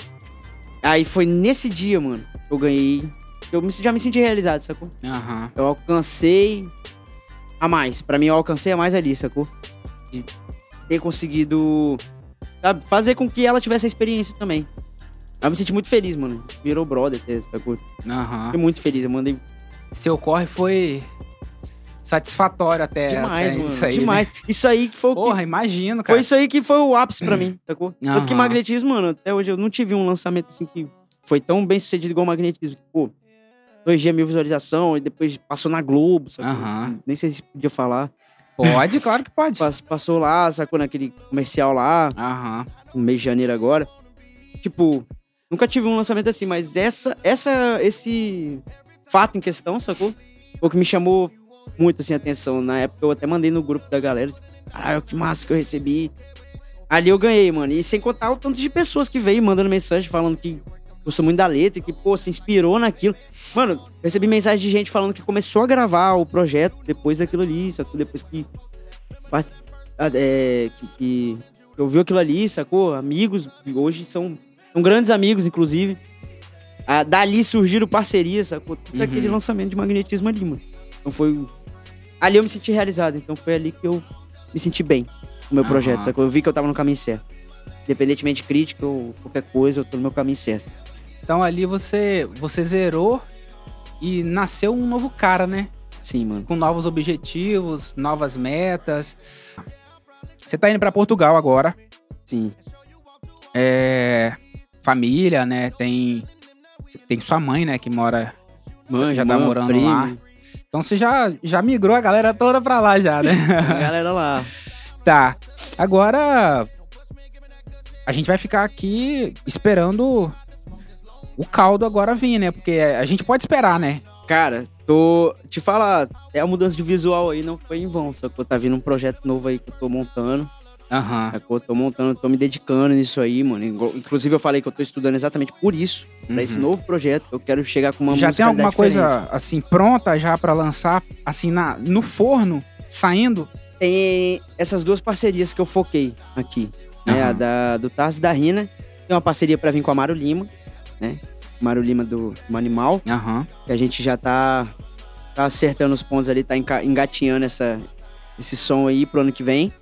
Aí foi nesse dia, mano, que eu ganhei. Eu me, já me senti realizado, sacou? Aham. Eu alcancei a mais. Pra mim, eu alcancei a mais ali, sacou? De ter conseguido, sabe, fazer com que ela tivesse a experiência também. Eu me senti muito feliz, mano. Virou brother, sacou? Aham. Fiquei muito feliz. Eu mandei Seu corre foi satisfatório até, demais, até mano. isso aí, demais. né? Isso aí que foi o que... Porra, imagino, cara. Foi isso aí que foi o ápice pra mim, sacou? Aham. Tanto que Magnetismo, mano, até hoje eu não tive um lançamento assim que foi tão bem sucedido igual Magnetismo. Pô, dois dias mil visualização e depois passou na Globo, sacou? Aham. Nem sei se podia falar. Pode, claro que pode. Pass- Passou lá, sacou? Naquele comercial lá, Aham. no mês de janeiro agora. Tipo, nunca tive um lançamento assim, mas essa, essa, esse fato em questão, sacou? Foi o que me chamou muito, assim, a atenção. Na época eu até mandei no grupo da galera. Caralho, que massa que eu recebi. Ali eu ganhei, mano. E sem contar o tanto de pessoas que veio mandando mensagem falando que gostou muito da letra, que, pô, se inspirou naquilo. Mano, eu recebi mensagem de gente falando que começou a gravar o projeto depois daquilo ali, sacou? Depois que... É, que, que ouviu aquilo ali, sacou? Amigos, hoje são, são grandes amigos, inclusive. Ah, dali surgiram parcerias, sacou? Tudo Uhum. aquele lançamento de Magnetismo ali, mano. Então foi... Ali eu me senti realizado, então foi ali que eu me senti bem com o meu Aham. projeto, sacou? Eu vi que eu tava no caminho certo. Independentemente de crítica ou qualquer coisa, eu tô no meu caminho certo. Então ali você, você zerou e nasceu um novo cara, né? Sim, mano. Com novos objetivos, novas metas. Você tá indo pra Portugal agora. Sim. É... Família, né? Tem... Tem sua mãe, né? Que mora... Mãe, já tá irmã, morando primo, lá. Então você já, já migrou a galera toda pra lá já, né? A galera lá. Tá. Agora... A gente vai ficar aqui esperando o caldo agora vir, né? Porque a gente pode esperar, né? Cara, tô... Te falar, até a mudança de visual aí não foi em vão, sacou? Tá vindo um projeto novo aí que eu tô montando. Aham. Sacou? Tô montando, tô me dedicando nisso aí, mano. Inclusive eu falei que eu tô estudando exatamente por isso. Pra Uhum. esse novo projeto. Eu quero chegar com uma Já tem alguma musicalidade diferente. coisa, assim, pronta já pra lançar, assim, na, no forno, saindo? Tem essas duas parcerias que eu foquei aqui. Né? Aham. A da, do Tarso e da Rina. Tem uma parceria pra vir com a Mário Lima, né? Mário Lima do, do Animal. Aham. Que a gente já tá, tá acertando os pontos ali, tá enca- engatinhando essa, esse som aí pro ano que vem.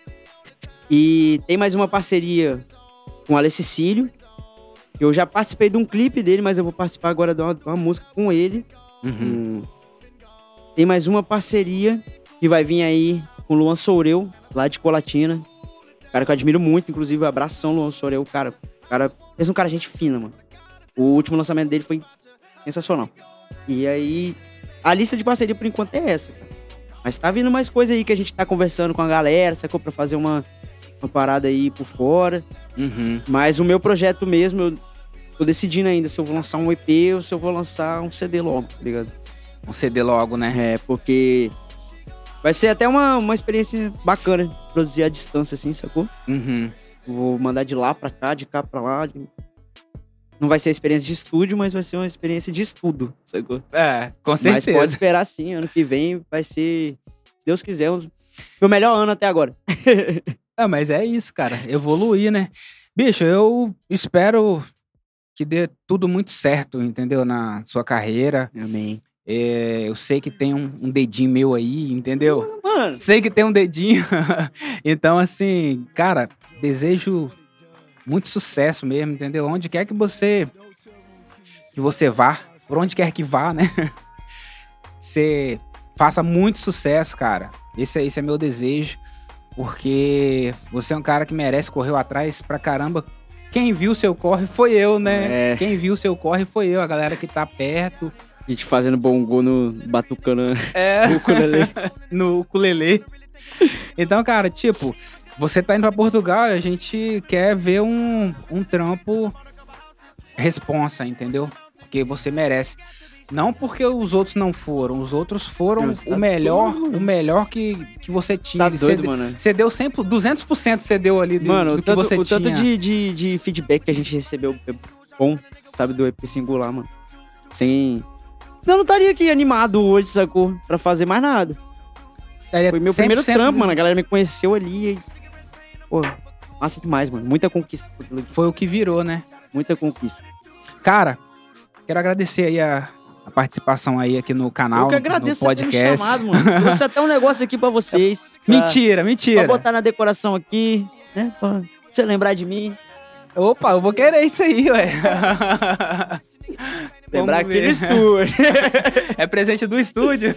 E tem mais uma parceria com o Ale Cecílio. Que eu já participei de um clipe dele, mas eu vou participar agora de uma, de uma música com ele. Uhum. Hum. Tem mais uma parceria que vai vir aí com o Luan Soureu, lá de Colatina. Cara que eu admiro muito, inclusive, abração, Luan Soureu. Cara, cara, fez um cara gente fina, mano. O último lançamento dele foi sensacional. E aí, a lista de parceria por enquanto é essa, cara. Mas tá vindo mais coisa aí que a gente tá conversando com a galera, sacou? Pra fazer uma, uma parada aí por fora. Uhum. Mas o meu projeto mesmo, eu tô decidindo ainda se eu vou lançar um E P ou se eu vou lançar um C D logo, tá ligado? Um C D logo, né? É, porque vai ser até uma, uma experiência bacana produzir à distância, assim, sacou? Uhum. Vou mandar de lá pra cá, de cá pra lá. de- Não vai ser a experiência de estúdio, mas vai ser uma experiência de estudo, sacou? É, com Mas certeza. pode esperar sim, ano que vem vai ser, se Deus quiser, o meu melhor ano até agora. É, mas é isso, cara. Evoluir, né? Bicho, eu espero que dê tudo muito certo, entendeu? Na sua carreira. Amém. É, eu sei que tem um, um dedinho meu aí, entendeu? Mano, Sei que tem um dedinho. Então, assim, cara, desejo muito sucesso mesmo, entendeu? Onde quer que você que você vá, por onde quer que vá, né? Você faça muito sucesso, cara. Esse, esse é meu desejo, porque você é um cara que merece, correu atrás pra caramba. Quem viu seu corre foi eu, né? É. Quem viu seu corre foi eu, a galera que tá perto. A gente fazendo bom gol no batucando É. no ukulele. No ukulele. Então, cara, tipo, você tá indo pra Portugal e a gente quer ver um, um trampo responsa, entendeu? Porque você merece. Não porque os outros não foram, os outros foram Deus, tá o melhor, doido, o melhor que, que você tinha. Tá Ele doido, cede- mano. Você deu cem, duzentos por cento você deu ali do, Mano, do o que tanto, você o tinha. tanto de, de, de feedback que a gente recebeu é bom, sabe, do E P Singular, mano. Sem... Senão eu não estaria aqui animado hoje, sacou? Pra fazer mais nada. Daria Foi meu cem por primeiro cento trampo, dos- mano. A galera me conheceu ali e... Pô, massa demais, mano. Muita conquista. Foi o que virou, né? Muita conquista. Cara, quero agradecer aí a, a participação aí aqui no canal, Eu que agradeço no você ter me podcast. chamado, mano. Trouxe até um negócio aqui pra vocês. Pra, Mentira, mentira. Pra botar na decoração aqui, né? Pra você lembrar de mim. Opa, eu vou querer isso aí, ué. Lembrar Vamos aqui ver. no estúdio. É presente do estúdio.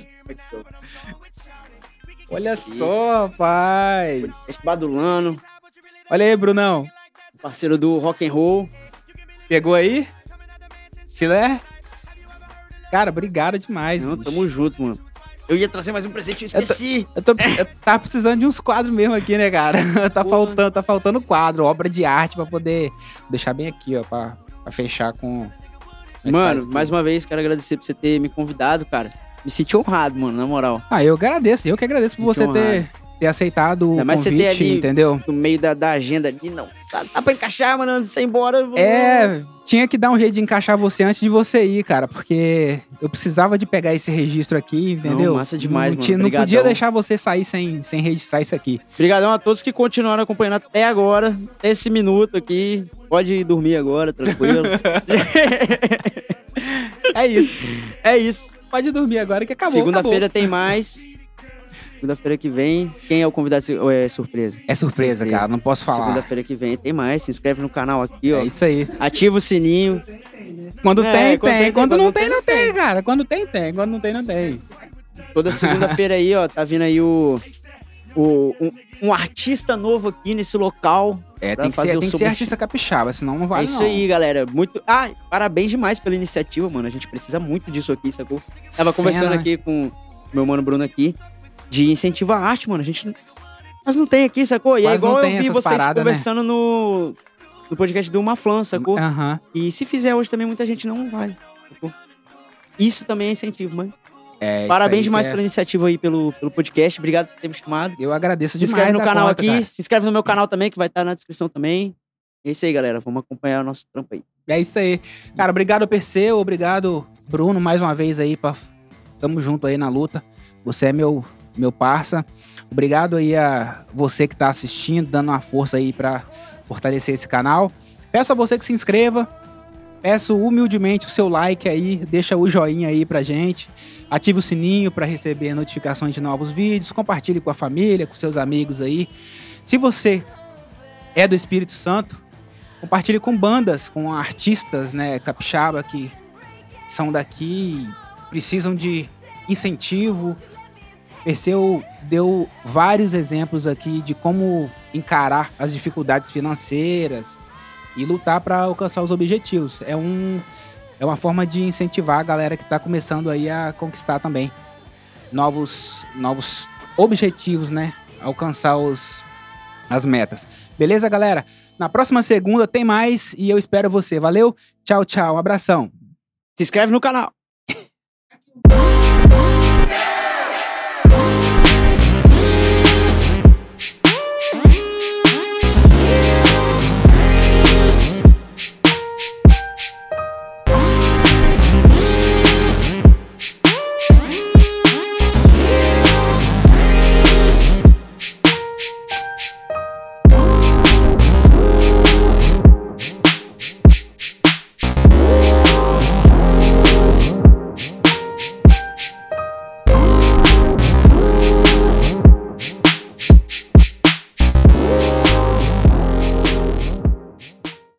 Olha só, rapaz. Esse Badulano, Olha aí, Brunão. parceiro do rock and roll. Pegou aí? Filé? Cara, obrigado demais, Não, bicho. tamo junto, mano. Eu ia trazer mais um presente, eu Eu tô- esqueci. Eu tô, precis- eu tava precisando de uns quadros mesmo aqui, né, cara? Tá Porra. faltando, tá faltando quadro, obra de arte pra poder deixar bem aqui, ó, pra, pra fechar com... Como é que faz Mano, aqui? mais uma vez, quero agradecer por você ter me convidado, cara. Me senti honrado, mano, na moral. Ah, eu agradeço, eu que agradeço por Fique você ter, ter aceitado o Ainda mais você ter convite, ali- entendeu? No meio da, da agenda ali, não. Dá, dá pra encaixar, mano, antes de você ir embora. eu vou- É, tinha que dar um jeito de encaixar você antes de você ir, cara, porque eu precisava de pegar esse registro aqui, entendeu? Não, massa demais, não, mano. tinha- não podia Obrigadão. deixar você sair sem, sem registrar isso aqui. Obrigadão a todos que continuaram acompanhando até agora, até esse minuto aqui. Pode ir dormir agora, tranquilo. É isso. É isso. Pode dormir agora que acabou. Segunda-feira acabou. tem mais. Segunda-feira que vem. Quem é o convidado? Ou é surpresa? É surpresa, Surpresa. cara, não posso falar. Segunda-feira que vem tem mais. Se inscreve no canal aqui, ó. É isso aí. Ativa o sininho. Quando É, tem, quando tem. tem, Quando quando não não tem, tem, não não tem, cara. Quando tem, tem. Quando não tem, não tem. Toda segunda-feira aí, ó. Tá vindo aí o. o um, um artista novo aqui nesse local. É, Pra tem que fazer ser, o tem que ser sobre- artista capixaba, senão não vale é isso não. aí, galera. Muito. Ah, parabéns demais pela iniciativa, mano. A gente precisa muito disso aqui, sacou? Tava conversando Cena. aqui com meu mano Bruno aqui de incentivar a arte, mano. A gente. Nós não tem aqui, sacou? E é Quase não igual eu tem vi essas vocês paradas, né? conversando no, no podcast do Maflan, sacou? Aham. E se fizer hoje também, muita gente não vai, sacou? Isso também é incentivo, mano. É, isso Parabéns aí demais que é- pela iniciativa aí, pelo, pelo podcast. Obrigado por ter me chamado. Eu agradeço Se demais inscreve no da canal conta, aqui, cara. se inscreve no meu canal também, que vai estar na descrição também. É isso aí, galera. Vamos acompanhar o nosso trampo aí. É isso aí. Cara, obrigado, Perseu. Obrigado, Bruno, mais uma vez aí. Pra... Tamo junto aí na luta. Você é meu, meu parça. Obrigado aí a você que tá assistindo, dando uma força aí pra fortalecer esse canal. Peço a você que se inscreva. Peço humildemente o seu like aí. Deixa o joinha aí pra gente. Ative o sininho pra receber notificações de novos vídeos. Compartilhe com a família, com seus amigos aí. Se você é do Espírito Santo, compartilhe com bandas, com artistas, né, capixaba que são daqui, precisam de incentivo. Perseu deu vários exemplos aqui de como encarar as dificuldades financeiras e lutar para alcançar os objetivos. É, um, é uma forma de incentivar a galera que está começando aí a conquistar também novos, novos objetivos, né? Alcançar os, as metas. Beleza, galera? Na próxima segunda tem mais e eu espero você. Valeu? Tchau, tchau. Um abração. Se inscreve no canal.